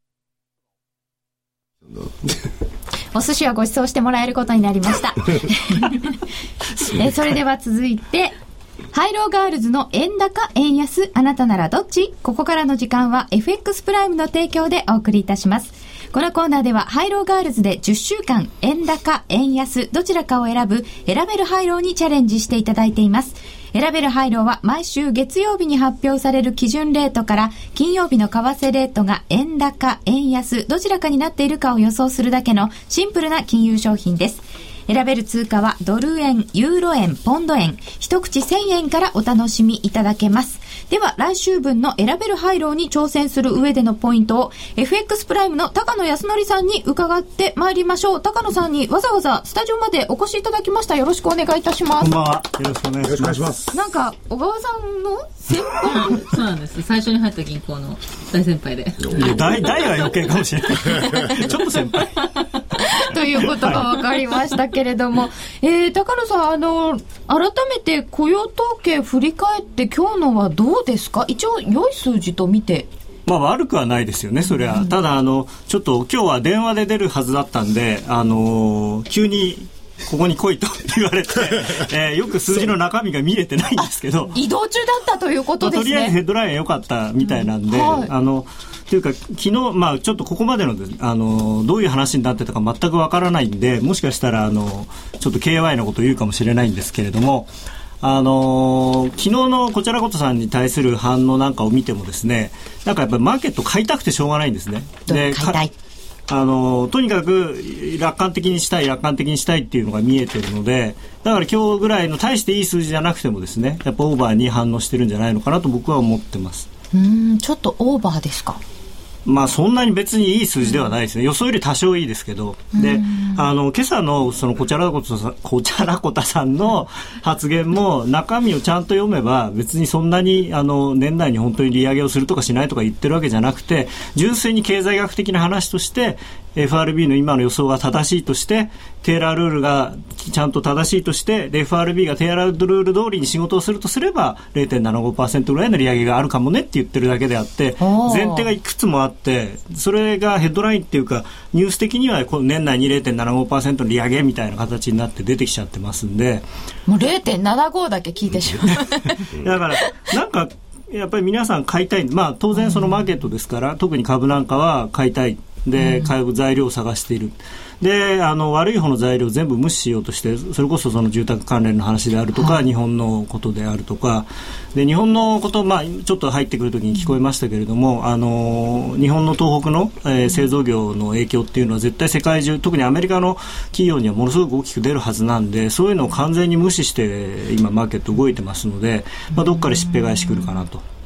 お寿司はご馳走してもらえることになりましたえそれでは続いてハイローガールズの円高円安あなたならどっち。ここからの時間は エフエックス プライムの提供でお送りいたします。このコーナーではハイローガールズでじゅっしゅうかん円高円安どちらかを選ぶ選べるハイローにチャレンジしていただいています。選べるハイローは毎週月曜日に発表される基準レートから金曜日の為替レートが円高円安どちらかになっているかを予想するだけのシンプルな金融商品です。選べる通貨はドル円、ユーロ円、ポンド円、一口せんえんからお楽しみいただけます。では来週分の選べるハイローに挑戦する上でのポイントを エフエックス プライムの高野康則さんに伺ってまいりましょう。高野さんにわざわざスタジオまでお越しいただきました。よろしくお願いいたします。 こんばんは。よろしくお願いします。 なんか小川さんの先輩そうなんです。最初に入った銀行の大先輩で大大は余計かもしれないちょっと先輩ということが分かりましたけれども、えー、高野さんあの改めて雇用統計振り返って今日のはどうですか。一応良い数字と見てまあ悪くはないですよねそれは、うん、ただあのちょっと今日は電話で出るはずだったんであのー、急にここに来いと言われて、えー、よく数字の中身が見れてないんですけど移動中だったということですね、 まあ、とりあえずヘッドラインは良かったみたいなんで、うんはい、あのというか昨日、まあ、ちょっとここまでの、あのどういう話になってたか全くわからないんでもしかしたらあのちょっと ケーワイ のことを言うかもしれないんですけれどもあの昨日のこちらことさんに対する反応なんかを見てもですねなんかやっぱりマーケット買いたくてしょうがないんですね。 で買いたいあのとにかく楽観的にしたい楽観的にしたいっていうのが見えてるのでだから今日ぐらいの大していい数字じゃなくてもですねやっぱオーバーに反応してるんじゃないのかなと僕は思ってます。 うーんちょっとオーバーですか。 まあそんなに別にいい数字ではないですね、うん、予想より多少いいですけどであの今朝のそのこちゃらこたさん、こちゃらこたさんの発言も中身をちゃんと読めば別にそんなにあの年内に本当に利上げをするとかしないとか言ってるわけじゃなくて純粋に経済学的な話としてエフアールビー の今の予想が正しいとしてテーラールールがちゃんと正しいとしてエフアールビー がテーラールール通りに仕事をするとすれば ゼロてんななごパーセント ぐらいの利上げがあるかもねって言ってるだけであって前提がいくつもあってそれがヘッドラインっていうかニュース的にはこの年内に ゼロてんななごパーセント の利上げみたいな形になって出てきちゃってますんでもう ゼロてんななご だけ聞いてしまうだからなんかやっぱり皆さん買いたい、まあ、当然そのマーケットですから、うん、特に株なんかは買いたいで買う材料を探しているであの悪い方の材料を全部無視しようとしてそれこそその住宅関連の話であるとか、はい、日本のことであるとかで日本のこと、まあ、ちょっと入ってくるときに聞こえましたけれどもあの日本の東北の、えー、製造業の影響っていうのは絶対世界中特にアメリカの企業にはものすごく大きく出るはずなんでそういうのを完全に無視して今マーケット動いてますので、まあ、どっかでしっぺ返しくるかなと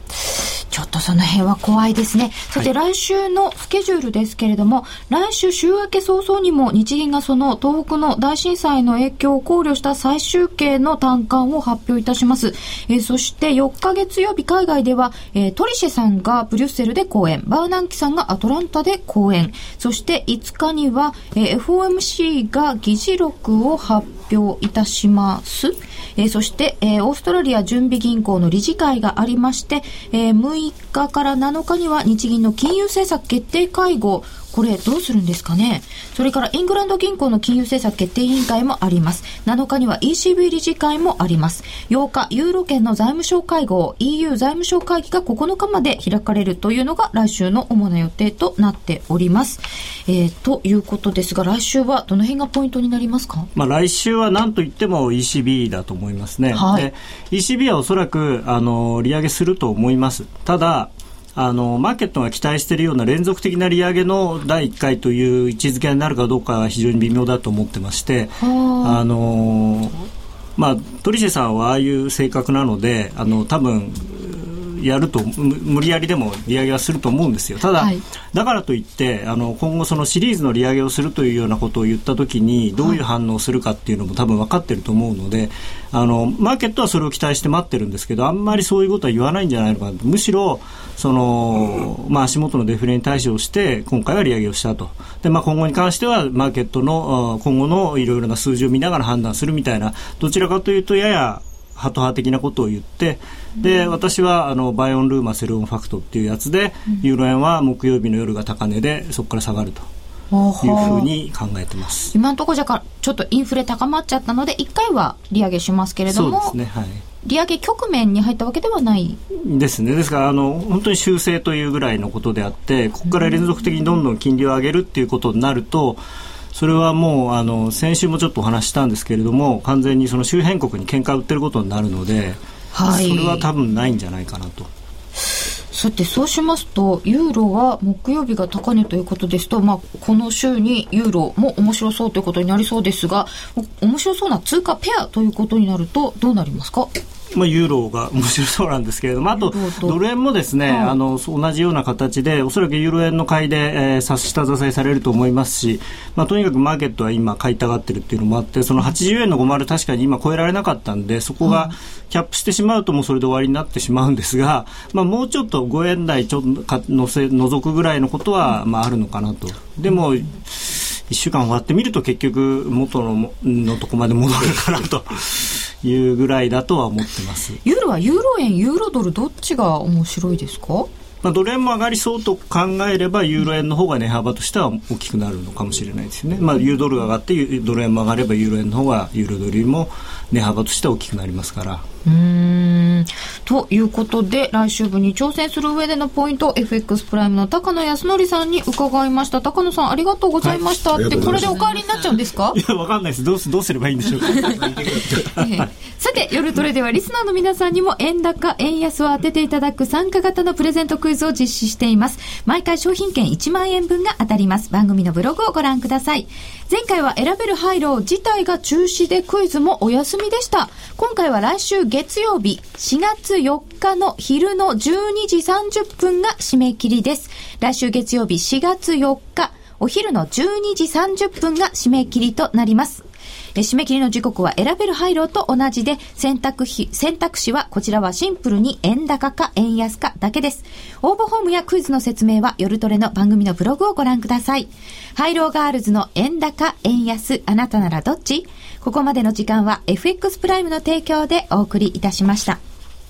ちょっとその辺は怖いですね。さて、はい、来週のスケジュールですけれども、来週週明け早々にも日銀がその東北の大震災の影響を考慮した最終形の短観を発表いたします。えー、そしてよっか月曜日海外では、えー、トリシェさんがブリュッセルで講演、バーナンキさんがアトランタで講演、そしていつかには、えー、エフオーエムシー が議事録を発表いたします。えー、そして、えー、オーストラリア準備銀行の理事会がありまして、えー、むいかからなのかには日銀の金融政策決定会合、これどうするんですかね。それからイングランド銀行の金融政策決定委員会もあります。なのかには イーシービー 理事会もあります。ようかユーロ圏の財務省会合 イーユー 財務省会議がここのかまで開かれるというのが来週の主な予定となっております。えー、ということですが、来週はどの辺がポイントになりますか。 まあ、来週は何といっても イーシービー だと思いますね。 はい、 で イーシービー はおそらくあの利上げすると思います。ただあのマーケットが期待しているような連続的な利上げのだいいっかいという位置づけになるかどうかは非常に微妙だと思ってまして、あの、まあ、トリシェさんはああいう性格なので、あの多分やると無理やりでも利上げはすると思うんですよ。ただ、はい、だからといってあの今後そのシリーズの利上げをするというようなことを言ったときにどういう反応をするかっていうのも多分分かってると思うので、あのマーケットはそれを期待して待ってるんですけど、あんまりそういうことは言わないんじゃないのかな。むしろその、まあ、足元のデフレに対処して今回は利上げをしたと。で、まあ、今後に関してはマーケットの今後のいろいろな数字を見ながら判断するみたいな、どちらかというとややハト派的なことを言って、で私はあのバイオンルーマセルオンファクトっていうやつで、うん、ユーロ円は木曜日の夜が高値でそこから下がるというふうに考えてます。 今のところじゃかちょっとインフレ高まっちゃったのでいっかいは利上げしますけれども、 そうですね、はい、 利上げ局面に入ったわけではないですね。ですからあの本当に修正というぐらいのことであって、ここから連続的にどんどん金利を上げるっていうことになると、それはもうあの先週もちょっとお話したんですけれども、完全にその周辺国に喧嘩売ってることになるので、はい、それは多分ないんじゃないかなと。 さてそうしますとユーロは木曜日が高値ということですと、まあ、この週にユーロも面白そうということになりそうですが、面白そうな通貨ペアということになるとどうなりますか。 まあ、ユーロが面白そうなんですけれども、あとドル円もですね、はい、あの同じような形でおそらくユーロ円の買いで、えー、下支えされると思いますし、まあ、とにかくマーケットは今買いたがってるっていうのもあって、そのはちじゅうえんのごじゅう確かに今超えられなかったんで、そこがキャップしてしまうともうそれで終わりになってしまうんですが、まあ、もうちょっとごえん台ちょっとかのせ除くぐらいのことは、まあ、あるのかなと。でもいっしゅうかん終わってみると結局元 の, のとこまで戻るかなというぐらいだとは思ってます。 ユーロはユーロ円ユーロドルどっちが面白いですか。 まあ、ドル円も上がりそうと考えればユーロ円の方が値幅としては大きくなるのかもしれないですよね。まあ、ユードルが上がってドル円も上がればユーロ円の方がユーロドルよりも値幅としては大きくなりますから。 うーんということで来週分に挑戦する上でのポイント エフエックス プライムの高野康則さんに伺いました。高野さんありがとうございました、はい、ってこれでお帰りになっちゃうんですか。 いやわかんないです。どうす、どうすればいいんでしょうか、えー、さて夜トレではリスナーの皆さんにも円高円安を当てていただく参加型のプレゼントクイズを実施しています。毎回商品券いちまんえん分が当たります。番組のブログをご覧ください。前回は選べる廃炉自体が中止でクイズもお休みでした。今回は来週月曜日しがつよっかの昼のじゅうにじさんじゅっぷんが締め切りです。来週月曜日しがつよっかお昼のじゅうにじさんじゅっぷんが締め切りとなります。え締め切りの時刻は選べる廃炉と同じで、選択費、選択肢はこちらはシンプルに円高か円安かだけです。応募フォームやクイズの説明は夜トレの番組のブログをご覧ください。廃炉ガールズの円高円安、あなたならどっち？ここまでの時間は エフエックス プライムの提供でお送りいたしました。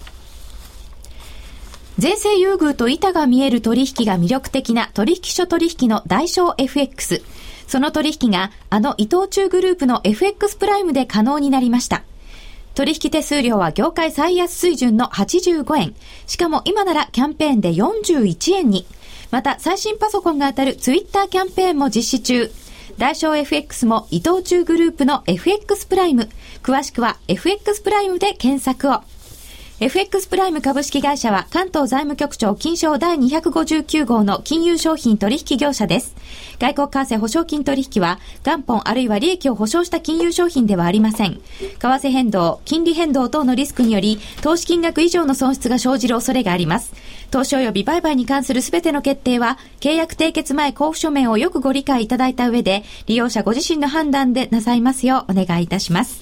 税制優遇と板が見える取引が魅力的な取引所取引の代償 エフエックス。その取引があの伊藤忠グループの エフエックス プライムで可能になりました。取引手数料は業界最安水準のはちじゅうごえん。しかも今ならキャンペーンでよんじゅういちえんに。また最新パソコンが当たるツイッターキャンペーンも実施中。代償 エフエックス も伊藤忠グループの エフエックス プライム。詳しくは エフエックス プライムで検索を。 エフエックス プライム株式会社は関東財務局長金賞だいにひゃくごじゅうきゅう号の金融商品取引業者です。外国為替保証金取引は元本あるいは利益を保証した金融商品ではありません。為替変動、金利変動等のリスクにより投資金額以上の損失が生じる恐れがあります。投資及び売買に関するすべての決定は契約締結前交付書面をよくご理解いただいた上で利用者ご自身の判断でなさいますようお願いいたします。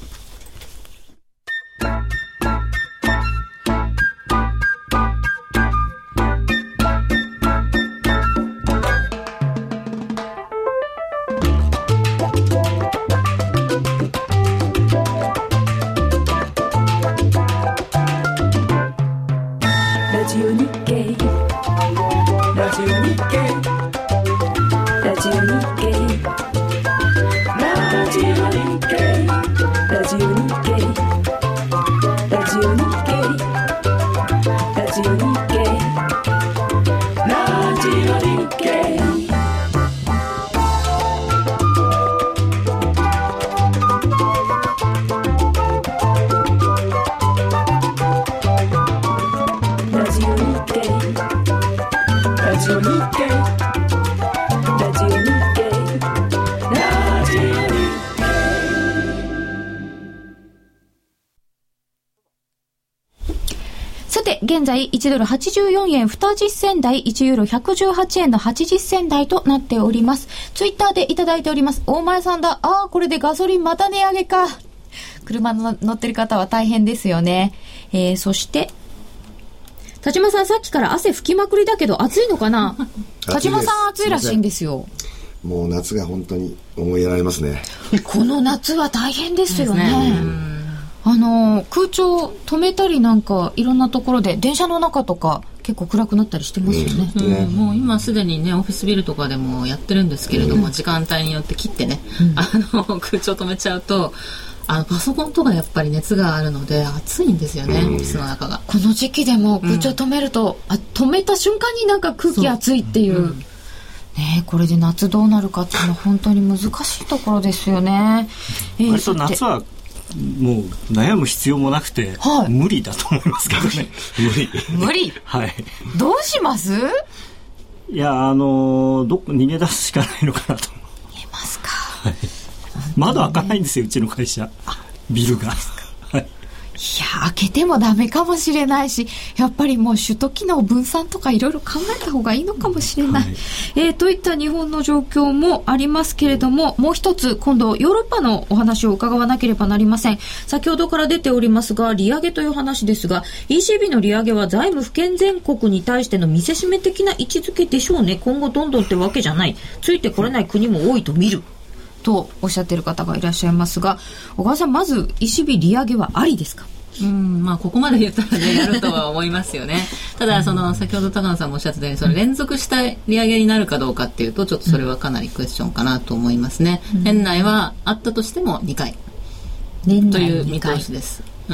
現在いちドルはちじゅうよんえんにじゅっ銭台、いちユーロひゃくじゅうはちえんのはちじゅっ銭台となっております。ツイッターでいただいております。大前さんだ。ああ、これでガソリンまた値上げか。車の乗ってる方は大変ですよね。えー、そして田島さん、さっきから汗拭きまくりだけど暑いのかな。田島さん暑いらしいんですよ。 もう夏が本当に思いやられますね。 この夏は大変ですよね。あの空調止めたりなんかいろんなところで電車の中とか結構暗くなったりしてますよね。 うんね、もう今すでにねオフィスビルとかでもやってるんですけれども、うん、時間帯によって切ってね、うん、あの空調止めちゃうとあのパソコンとかやっぱり熱があるので暑いんですよね、うん、オフィスの中が。 この時期でも空調止めると、うん、あ止めた瞬間になんか空気暑いっていう、う、うん、ね、これで夏どうなるかっていうのは本当に難しいところですよね。 えー、割と夏はもう悩む必要もなくて、はい、無理だと思いますけどね。 無理無理はい。 どうします？ いや、あのどっか逃げ出すしかないのかなと。 逃げますか、 はい、窓開かないんですよ、うちの会社ビルが。はい、 いや開けてもダメかもしれないし、やっぱりもう首都機能分散とかいろいろ考えた方がいいのかもしれない、はい、えー、といった日本の状況もありますけれども、もう一つ今度ヨーロッパのお話を伺わなければなりません。先ほどから出ておりますが利上げという話ですが、 イーシービー の利上げは財務不健全国に対しての見せしめ的な位置づけでしょうね。今後どんどんってわけじゃない、ついてこれない国も多いと見るとおっしゃっている方がいらっしゃいますが、小川さん、まず イーシービー 利上げはありですか？ うん、まあ、ここまで言ったらねやるとは思いますよね。ただその先ほど高野さんもおっしゃってたように、その連続した利上げになるかどうかっていうとちょっとそれはかなりクエスチョンかなと思いますね、うん、年内はあったとしてもにかいという見通しです。うん、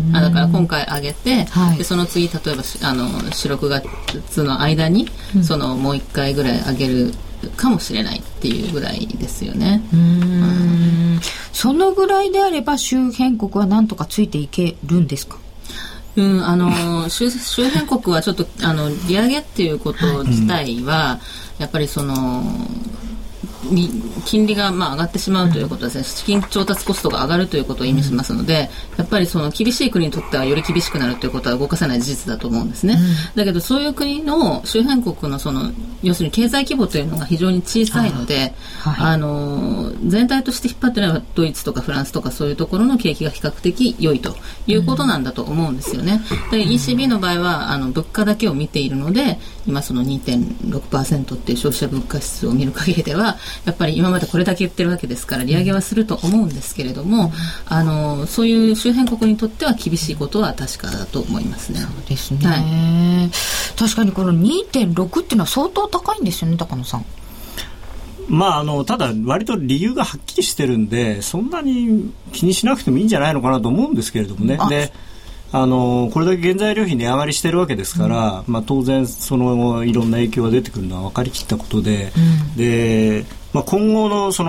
あだから今回上げて、はい、でその次例えばあのよん、ろくがつの間に、うん、そのもういっかいぐらい上げるかもしれないっていうぐらいですよね。 うーん、うん、そのぐらいであれば周辺国はなんとかついていけるんですか？ うん、あの 周, 周辺国はちょっとあの利上げっていうこと自体は、はい、やっぱりその金利がまあ上がってしまうということですね。資金調達コストが上がるということを意味しますので、やっぱりその厳しい国にとってはより厳しくなるということは動かせない事実だと思うんですね、うん、だけどそういう国の周辺国のその要するに経済規模というのが非常に小さいので、はい、あの全体として引っ張っていればドイツとかフランスとかそういうところの景気が比較的良いということなんだと思うんですよね。で イーシービー の場合はあの物価だけを見ているので、今その にてんろくパーセント っていう消費者物価指数を見る限りではやっぱり今までこれだけ言ってるわけですから利上げはすると思うんですけれども、あのそういう周辺国にとっては厳しいことは確かだと思いますね。 そうですね、はい、確かにこの にてんろく っていうのは相当高いんですよね、高野さん。 まあ、あのただ割と理由がはっきりしてるんでそんなに気にしなくてもいいんじゃないのかなと思うんですけれどもね。であのこれだけ原材料費値上がりしてるわけですから、うん、まあ、当然そのいろんな影響が出てくるのは分かりきったことで、うん、で、まあ、今後のその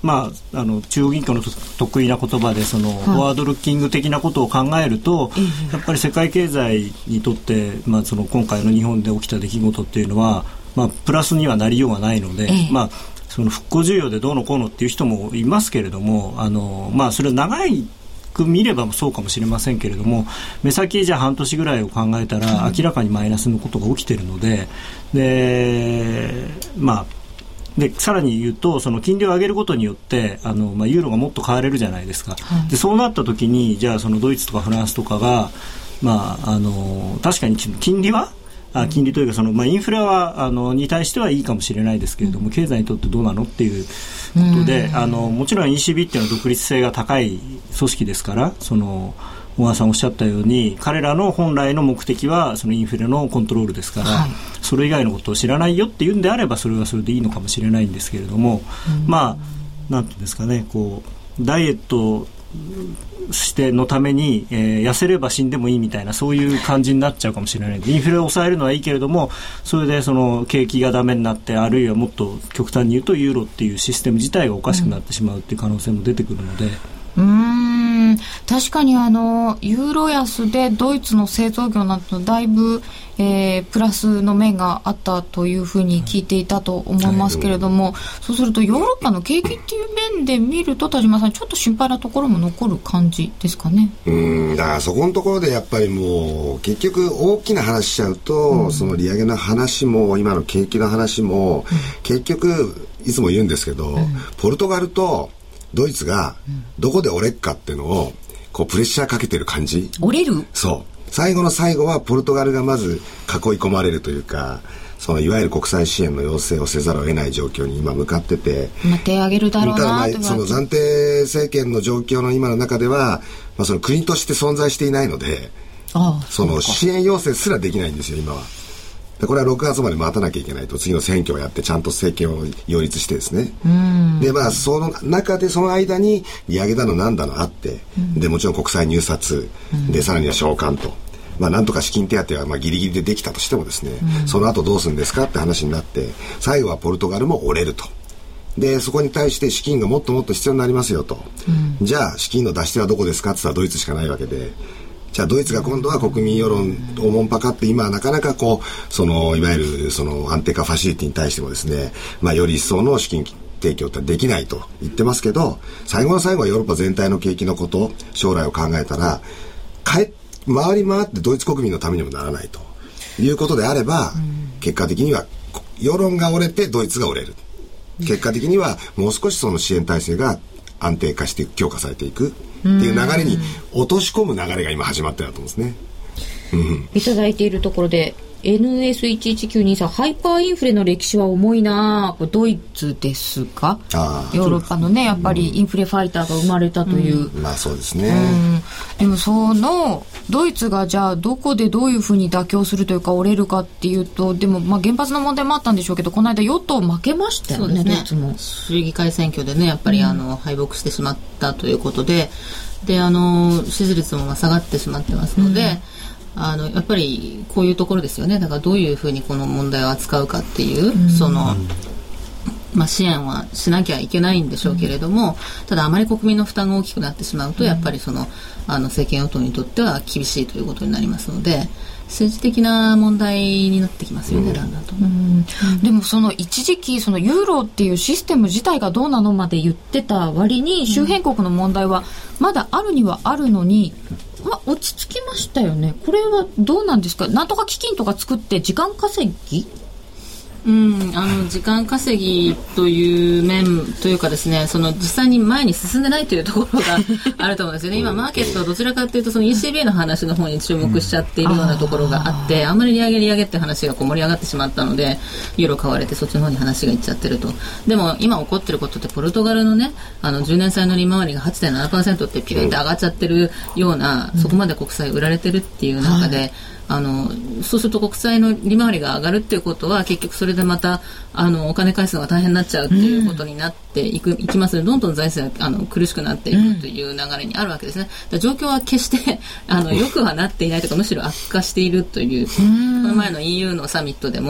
まあ、あの中央銀行の得意な言葉でその、はい、フォワードルッキング的なことを考えると、やっぱり世界経済にとって、まあ、その今回の日本で起きた出来事っていうのは、まあ、プラスにはなりようがないので、ええ、まあ、その復興需要でどうのこうのっていう人もいますけれども、あの、まあ、それは長い見ればそうかもしれませんけれども、目先じゃ半年ぐらいを考えたら明らかにマイナスのことが起きているので、で、まあ、でさらに言うと、その金利を上げることによってあの、まあ、ユーロがもっと買われるじゃないですか、はい、でそうなった時にじゃあそのドイツとかフランスとかが、まあ、あの確かに金利はあ金利というかその、まあ、インフレはあのに対してはいいかもしれないですけれども、経済にとってどうなのっていうことで、あのもちろん イーシービー っていうのは独立性が高い組織ですから、その小川さんおっしゃったように彼らの本来の目的はそのインフレのコントロールですから、はい、それ以外のことを知らないよっていうんであればそれはそれでいいのかもしれないんですけれども、まあなんていうんですかね、こうダイエットしてのために、えー、痩せれば死んでもいいみたいなそういう感じになっちゃうかもしれない。インフレを抑えるのはいいけれども、それでその景気がダメになって、あるいはもっと極端に言うとユーロっていうシステム自体がおかしくなってしまうっていう可能性も出てくるので、 うーん、確かにあのユーロ安でドイツの製造業などだいぶ、えー、プラスの面があったというふうに聞いていたと思いますけれども、はい、そうするとヨーロッパの景気っていう面で見ると田島さんちょっと心配なところも残る感じですかね。 うーん、だからそこのところでやっぱりもう結局大きな話しちゃうと、うん、その利上げの話も今の景気の話も、うん、結局いつも言うんですけど、うん、ポルトガルとドイツがどこで折れっかっていうのをこうプレッシャーかけてる感じ。 折れる？ そう。最後の最後はポルトガルがまず囲い込まれるというか、そのいわゆる国際支援の要請をせざるを得ない状況に今向かってて、 まあ、手上げるだろうなと。ただまあその暫定政権の状況の今の中では、まあ、その国として存在していないので、ああ、その支援要請すらできないんですよ今は。でこれはろくがつまで待たなきゃいけないと、次の選挙をやってちゃんと政権を擁立してですね、うんでまあその中でその間に利上げだのなんだのあって、うん、でもちろん国債入札、うん、でさらには償還と、まあ、なんとか資金手当はまあギリギリでできたとしてもですね、うん、その後どうするんですかって話になって、最後はポルトガルも折れると。でそこに対して資金がもっともっと必要になりますよと、うん、じゃあ資金の出し手はどこですかって言ったらドイツしかないわけで、じゃあドイツが今度は国民世論をおもんぱかって、今はなかなかこうそのいわゆるその安定化ファシリティに対してもですね、まあ、より一層の資金提供ってできないと言ってますけど、最後の最後はヨーロッパ全体の景気のこと、将来を考えたら回り回ってドイツ国民のためにもならないということであれば、結果的には世論が折れてドイツが折れる、結果的にはもう少しその支援体制が安定化して強化されていくっていう流れに落とし込む流れが今始まってると思うんですね。うん、 いただいているところで エヌエスいちいちきゅうにさん ハイパーインフレの歴史は重いな。これドイツですか？ヨーロッパのねやっぱりインフレファイターが生まれたという、 うん、まあそうですね、 うん、でもそのドイツがじゃあどこでどういうふうに妥協するというか折れるかっていうと、でもまあ原発の問題もあったんでしょうけど、この間与党負けましたよね。そうですね、ドイツも州議会選挙でねやっぱりあの敗北してしまったということで、であの支持率も下がってしまってますので、うん、あのやっぱりこういうところですよね。だからどういうふうにこの問題を扱うかっていう、うん、その、まあ、支援はしなきゃいけないんでしょうけれども、うん、ただあまり国民の負担が大きくなってしまうと、うん、やっぱりそのあの政権与党にとっては厳しいということになりますので、政治的な問題になってきますよね、うん、だんだんと、うん、 でもその一時期そのユーロっていうシステム自体がどうなのまで言ってた割に周辺国の問題はまだあるにはあるのに、まあ、落ち着きましたよね。これはどうなんですか？なんとか基金とか作って時間稼ぎ？ うん、あの時間稼ぎという面というかですね、その実際に前に進んでないというところがあると思うんですよね。今マーケットはどちらかというとその イーシービー の話の方に注目しちゃっているようなところがあって、あんまり利上げ利上げって話がこう盛り上がってしまったのでユーロ買われてそっちの方に話がいっちゃってると。でも今起こってることってポルトガルのねあのじゅうねん債の利回りが はちてんななパーセント ってピュンって上がっちゃってるような、そこまで国債売られてるっていう中で、はいあのそうすると国債の利回りが上がるっていうことは結局それでまたあのお金返すのが大変になっちゃうっていうことになっていく、うん、いきますのでどんどん財政はあの苦しくなっていくという流れにあるわけですね。だ状況は決してあの良くはなっていないとかむしろ悪化しているという、うん、この前の イーユー のサミットでも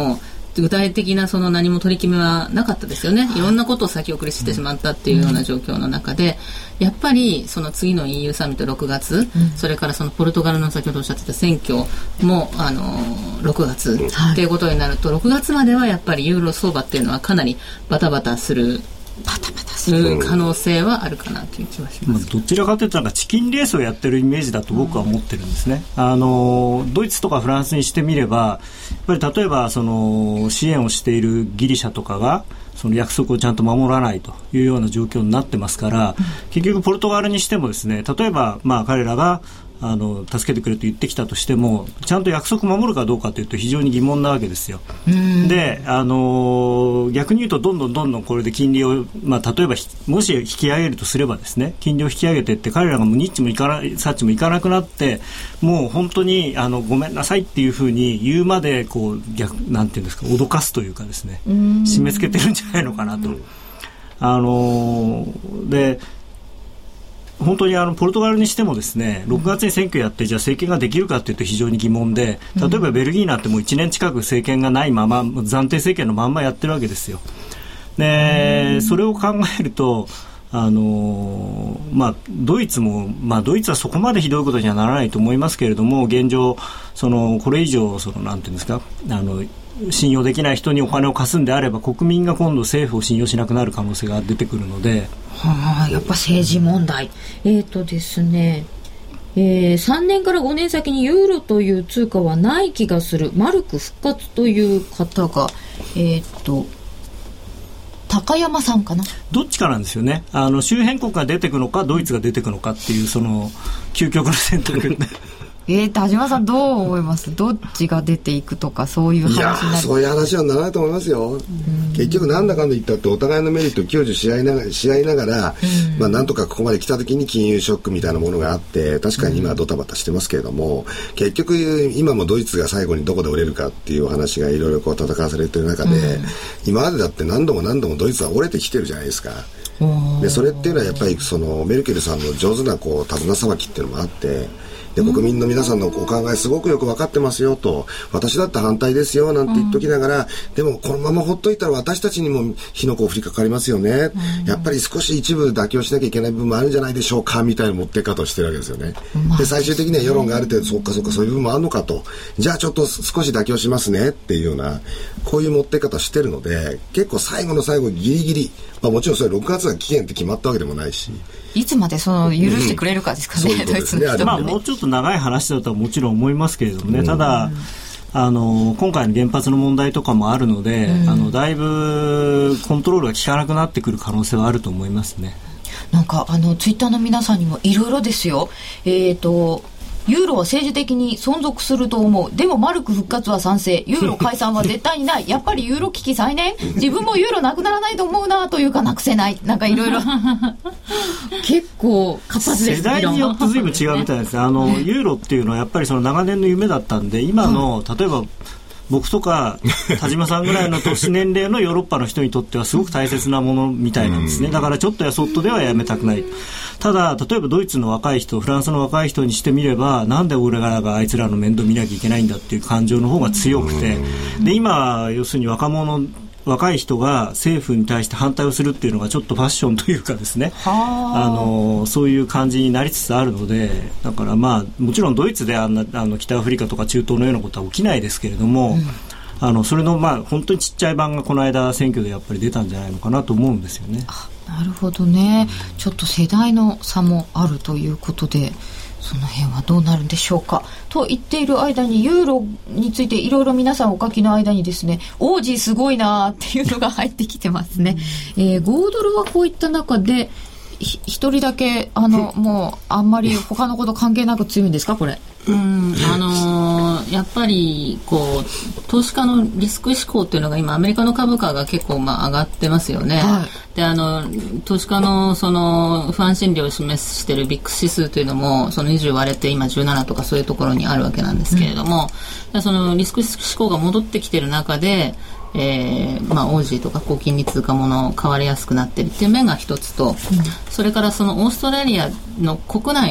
具体的なその何も取り決めはなかったですよね。いろんなことを先送りしてしまったっていうような状況の中で、やっぱりその次の イーユー サミットろくがつ、うん、それからそのポルトガルの先ほどおっしゃってた選挙もあのろくがつっていうことになると、ろくがつまではやっぱりユーロ相場っていうのはかなりバタバタするバタバタする可能性はあるかなという気はします。 どちらかというとなんかチキンレースをやってるイメージだと僕は思ってるんですね。あのドイツとかフランスにしてみれば、やっぱり例えばその支援をしているギリシャとかがその約束をちゃんと守らないというような状況になってますから、うん、結局ポルトガルにしてもですね、例えばまあ彼らがあの助けてくれと言ってきたとしても、ちゃんと約束守るかどうかというと非常に疑問なわけですよ。で、あの逆に言うとどんどんどんどんこれで金利を、まあ、例えばもし引き上げるとすればですね、金利を引き上げていって彼らがもうニッチもいかなサッチもいかなくなって、もう本当にあのごめんなさいっていうふうに言うまでこう逆なんていうんですか、脅かすというかですね、締め付けてるんじゃないのかなと。あので本当にあのポルトガルにしてもですね、ろくがつに選挙やってじゃあ政権ができるかというと非常に疑問で、例えばベルギーなんてもういちねん近く政権がないまま暫定政権のまんまやってるわけですよ。でそれを考えるとあのまあ、ドイツも、まあ、ドイツはそこまでひどいことにはならないと思いますけれども、現状そのこれ以上そのなんていうんですか、あの信用できない人にお金を貸すんであれば国民が今度政府を信用しなくなる可能性が出てくるので、 はあ、やっぱ政治問題。えーとですね、えー、さんねんからごねん先にユーロという通貨はない気がする。マルク復活という方が、えーと高山さんかな。 どっちかなんですよね。あの周辺国が出てくのかドイツが出てくのかっていうその究極の選択えー、田島さんどう思います？どっちが出ていくとかそういう話になる？ いやそういう話はならないと思いますよ。結局なんだかんだ言ったってお互いのメリットを享受し合いながら、し合いながら、まあ、なんとかここまで来た時に金融ショックみたいなものがあって、確かに今はドタバタしてますけれども、結局今もドイツが最後にどこで折れるかっていうお話がいろいろこう戦わされている中で、今までだって何度も何度もドイツは折れてきてるじゃないですか。でそれっていうのはやっぱりそのメルケルさんの上手なこう手綱さばきっていうのもあって、で国民の皆さんのお考えすごくよく分かってますよと、私だって反対ですよなんて言っときながら、うん、でもこのままほっといたら私たちにも火の粉降りかかりますよね、うん、やっぱり少し一部妥協しなきゃいけない部分もあるんじゃないでしょうかみたいな持って方をしてるわけですよね。で最終的には世論がある程度そうかそうかそういう部分もあるのかと、じゃあちょっと少し妥協しますねっていうようなこういう持って方してるので、結構最後の最後ギリギリ、まあ、もちろんそれろくがつが期限って決まったわけでもないし、 いつまでその許してくれるかですかね、うん、ドイツの人もね。 まあ、もうちょっと長い話だとはもちろん思いますけれどもね、うん、ただあの今回の原発の問題とかもあるので、うん、あのだいぶコントロールが効かなくなってくる可能性はあると思いますね。 なんかあのツイッターの皆さんにもいろいろですよ。えーとユーロは政治的に存続すると思う。でもマルク復活は賛成。ユーロ解散は絶対にない。やっぱりユーロ危機再燃。自分もユーロなくならないと思うなというかなくせない。なんかいろいろ結構活発です。 世代によって随分違うみたいですね。あのユーロっていうのはやっぱりその長年の夢だったんで、今の例えば僕とか田島さんぐらいの年年齢のヨーロッパの人にとってはすごく大切なものみたいなんですね。だからちょっとやそっとではやめたくない。ただ例えばドイツの若い人、フランスの若い人にしてみれば、なんで俺らがあいつらの面倒見なきゃいけないんだっていう感情の方が強くて、で今要するに若者若い人が政府に対して反対をするっていうのがちょっとファッションというかですね、あのそういう感じになりつつあるので、だからまあもちろんドイツであんなあの北アフリカとか中東のようなことは起きないですけれども、うん、あのそれのまあ本当にちっちゃい版がこの間選挙でやっぱり出たんじゃないのかなと思うんですよね。 あ、なるほどね、うん、ちょっと世代の差もあるということで、その辺はどうなるんでしょうか。と言っている間にユーロについていろいろ皆さんお書きの間にですね、オージーすごいなっていうのが入ってきてますね、えー、ごドルはこういった中で一人だけあのもうあんまり他のこと関係なく強いんですかこれ。 うん、あのー、やっぱりこう投資家のリスク志向っていうのが今アメリカの株価が結構まあ上がってますよね、はい、であの投資家のその不安心理を示しているビックス指数というのもそのにじゅう割れて今じゅうななとかそういうところにあるわけなんですけれども、うん、そのリスク志向が戻ってきている中でえーまあ、オージーとか高金利通貨もの買われやすくなっているっていう面が一つと、うん、それからそのオーストラリアの国内の、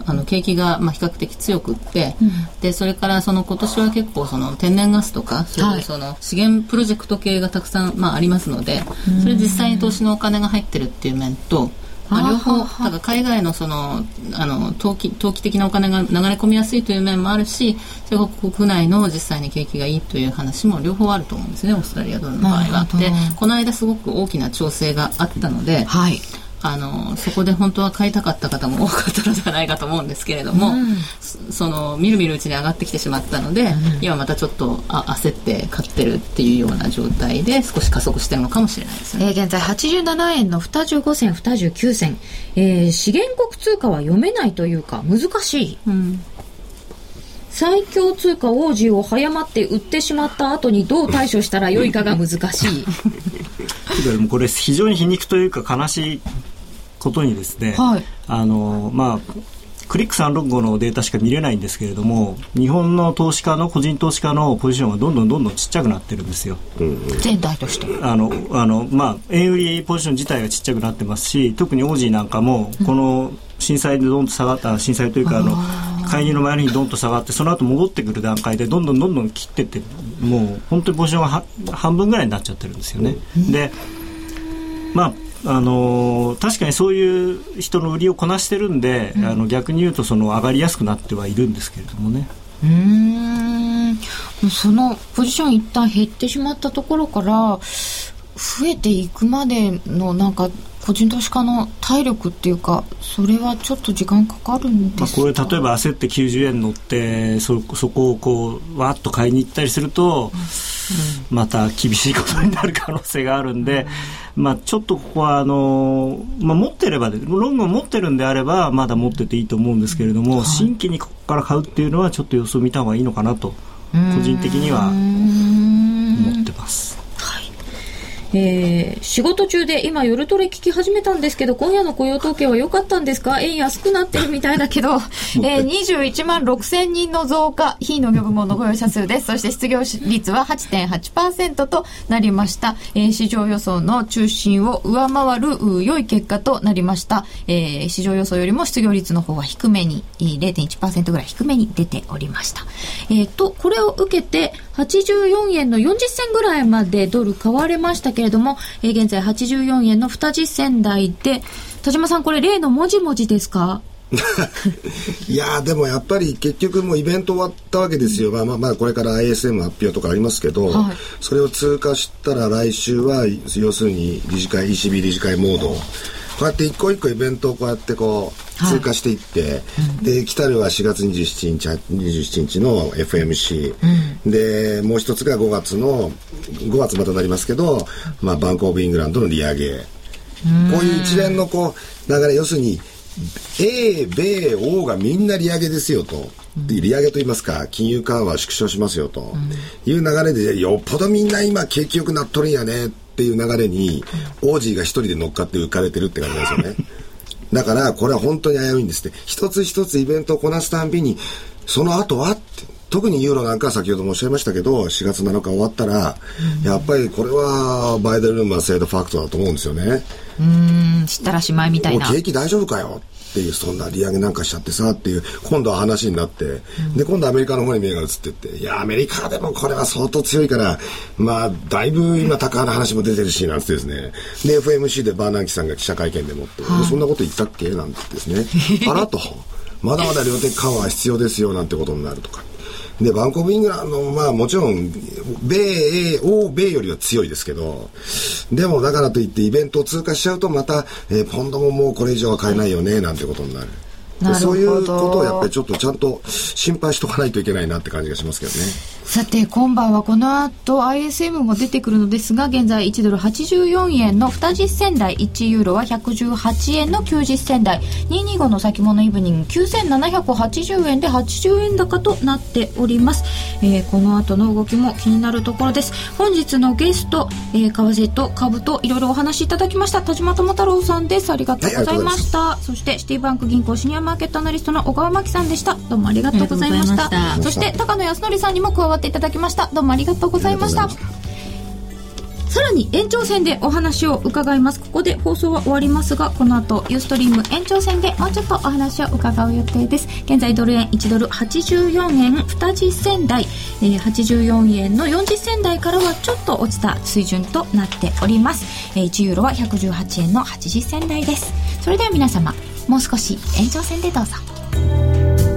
あの景気がまあ比較的強くって、うん、でそれからその今年は結構その天然ガスとかそういうその資源プロジェクト系がたくさんまあありますので、それ実際に投資のお金が入ってるっていう面と、まあ、両方だから海外のそのあの投機投機的なお金が流れ込みやすいという面もあるし、それから国内の実際に景気がいいという話も両方あると思うんですね、オーストラリアドルの場合は。でこの間すごく大きな調整があったので、はい、あのそこで本当は買いたかった方も多かったのではないかと思うんですけれども、うん、そのみるみるうちに上がってきてしまったので、うん、今またちょっとあ焦って買ってるっていうような状態で少し加速してるのかもしれないですね。 えー、現在はちじゅうななえんのにじゅうごせんにじゅうきゅうせん、えー、資源国通貨は読めないというか難しい、うん、最強通貨オージーを早まって売ってしまった後にどう対処したらよいかが難しいでもこれ非常に皮肉というか悲しいことにですね、はい、あのまあクリックさんろくごのデータしか見れないんですけれども、日本の投資家の個人投資家のポジションはどんどんどんどんちっちゃくなってるんですよ、うん、 全体としてあのあの、まあ、円売りポジション自体がちっちゃくなってますし、特にオージーなんかもこの震災でどんと下がった震災というかあの介入の前にどんと下がって、その後戻ってくる段階でどんどんどんどん切ってって、もう本当にポジションが半分ぐらいになっちゃってるんですよね、うん、でまああのー、確かにそういう人の売りをこなしてるんで、うん、あの逆に言うとその上がりやすくなってはいるんですけれどもね。 うーん、そのポジション一旦減ってしまったところから増えていくまでのなんか個人投資家の体力っていうか、それはちょっと時間かかるんですか。 まあ、これ例えば焦ってきゅうじゅうえん乗って そ, そこをこうわっと買いに行ったりすると、うん、また厳しいことになる可能性があるんで、うん、まあ、ちょっとここはあの、まあ、持ってればでロングを持ってるんであればまだ持ってていいと思うんですけれども、はい、新規にここから買うっていうのはちょっと様子を見た方がいいのかなと個人的には思ってます。 えー、仕事中で今夜トレ聞き始めたんですけど、今夜の雇用統計は良かったんですか。円安くなってるみたいだけど、えー、にじゅういちまんろくせんにんの増加、非農業部門の雇用者数です。そして失業率は はちてんはちパーセント となりました。えー、市場予想の中心を上回る良い結果となりました。えー、市場予想よりも失業率の方は低めに れいてんいちパーセント ぐらい低めに出ておりました。えー、とこれを受けてはちじゅうよんえんのよんじゅっせんぐらいまでドル買われましたけれども、えー、現在はちじゅうよんえんのにじゅっせん台で、田島さんこれ例のもじもじですか。 いやでもやっぱり結局もうイベント終わったわけですよ、うん、まあまあまあこれから アイエスエム 発表とかありますけど、はい、それを通過したら来週は要するに理事会 イーシービー 理事会モード、こうやって一個一個イベントをこうやってこう通過していって、はい、うん、で来たるはしがつにじゅうしちにちにじゅうしちにちの エフエムシー、うん、でもう一つがごがつのごがつまたなりますけど、まあ、バンクオブイングランドの利上げ、こういう一連のこう流れ、要するに英米欧がみんな利上げですよと、で利上げといいますか金融緩和を縮小しますよという流れで、よっぽどみんな今景気よくなっとるんやねっていう流れにオージーが一人で乗っかって浮かれてるって感じなんですよね。だからこれは本当に危ういんですって。一つ一つイベントをこなすたんびにその後はって、特にユーロなんかは先ほどもおっしゃいましたけどしがつなのか終わったら、うん、やっぱりこれはバイデンルームは制度ファクトだと思うんですよね。 うーん、知ったらしまいみたいな。 もう景気大丈夫かよっていう、そんな利上げなんかしちゃってさっていう今度は話になって、うん、で今度アメリカの方に目が移ってって、いやアメリカでもこれは相当強いから、まあだいぶ今高な話も出てるしなんてですね、で エフエムシー でバーナンキさんが記者会見でもって、はい、そんなこと言ったっけなんてですねあらとまだまだ量的緩和は必要ですよなんてことになるとかで、バンクオブイングランドもまあもちろん米英欧米よりは強いですけど、でもだからといってイベントを通過しちゃうとまた、えー、ポンドももうこれ以上は買えないよねなんてことになる。そういうことをやっぱりちょっとちゃんと心配しとかないといけないなって感じがしますけどね。 さて今晩はこの後 アイエスエム も出てくるのですが、現在いちドルはちじゅうよんえんのにじゅっせん台、いちユーロはひゃくじゅうはちえんのきゅうじゅっせん台、にひゃくにじゅうごの先物イブニングきゅうせんななひゃくはちじゅうえんではちじゅうえん高となっております。えー、この後の動きも気になるところです。本日のゲスト、えー、為替と株といろいろお話しいただきました田島智太郎さんです。ありがとうございました。はい、そしてシティバンク銀行シニアマーケットアナリストの小川真紀さんでした。どうもありがとうございました。そして高野康則さんにも加わっていただきました。どうもありがとうございました。 さらに延長戦でお話を伺います。ここで放送は終わりますが、この後ユーストリーム延長戦でもうちょっとお話を伺う予定です。現在ドル円いちドルはちじゅうよんえんにじゅっ銭台、えー、はちじゅうよんえんのよんじゅっ銭台からはちょっと落ちた水準となっております。えー、いちユーロはひゃくじゅうはちえんのはちじゅっ銭台です。それでは皆様、もう少し延長戦でどうぞ。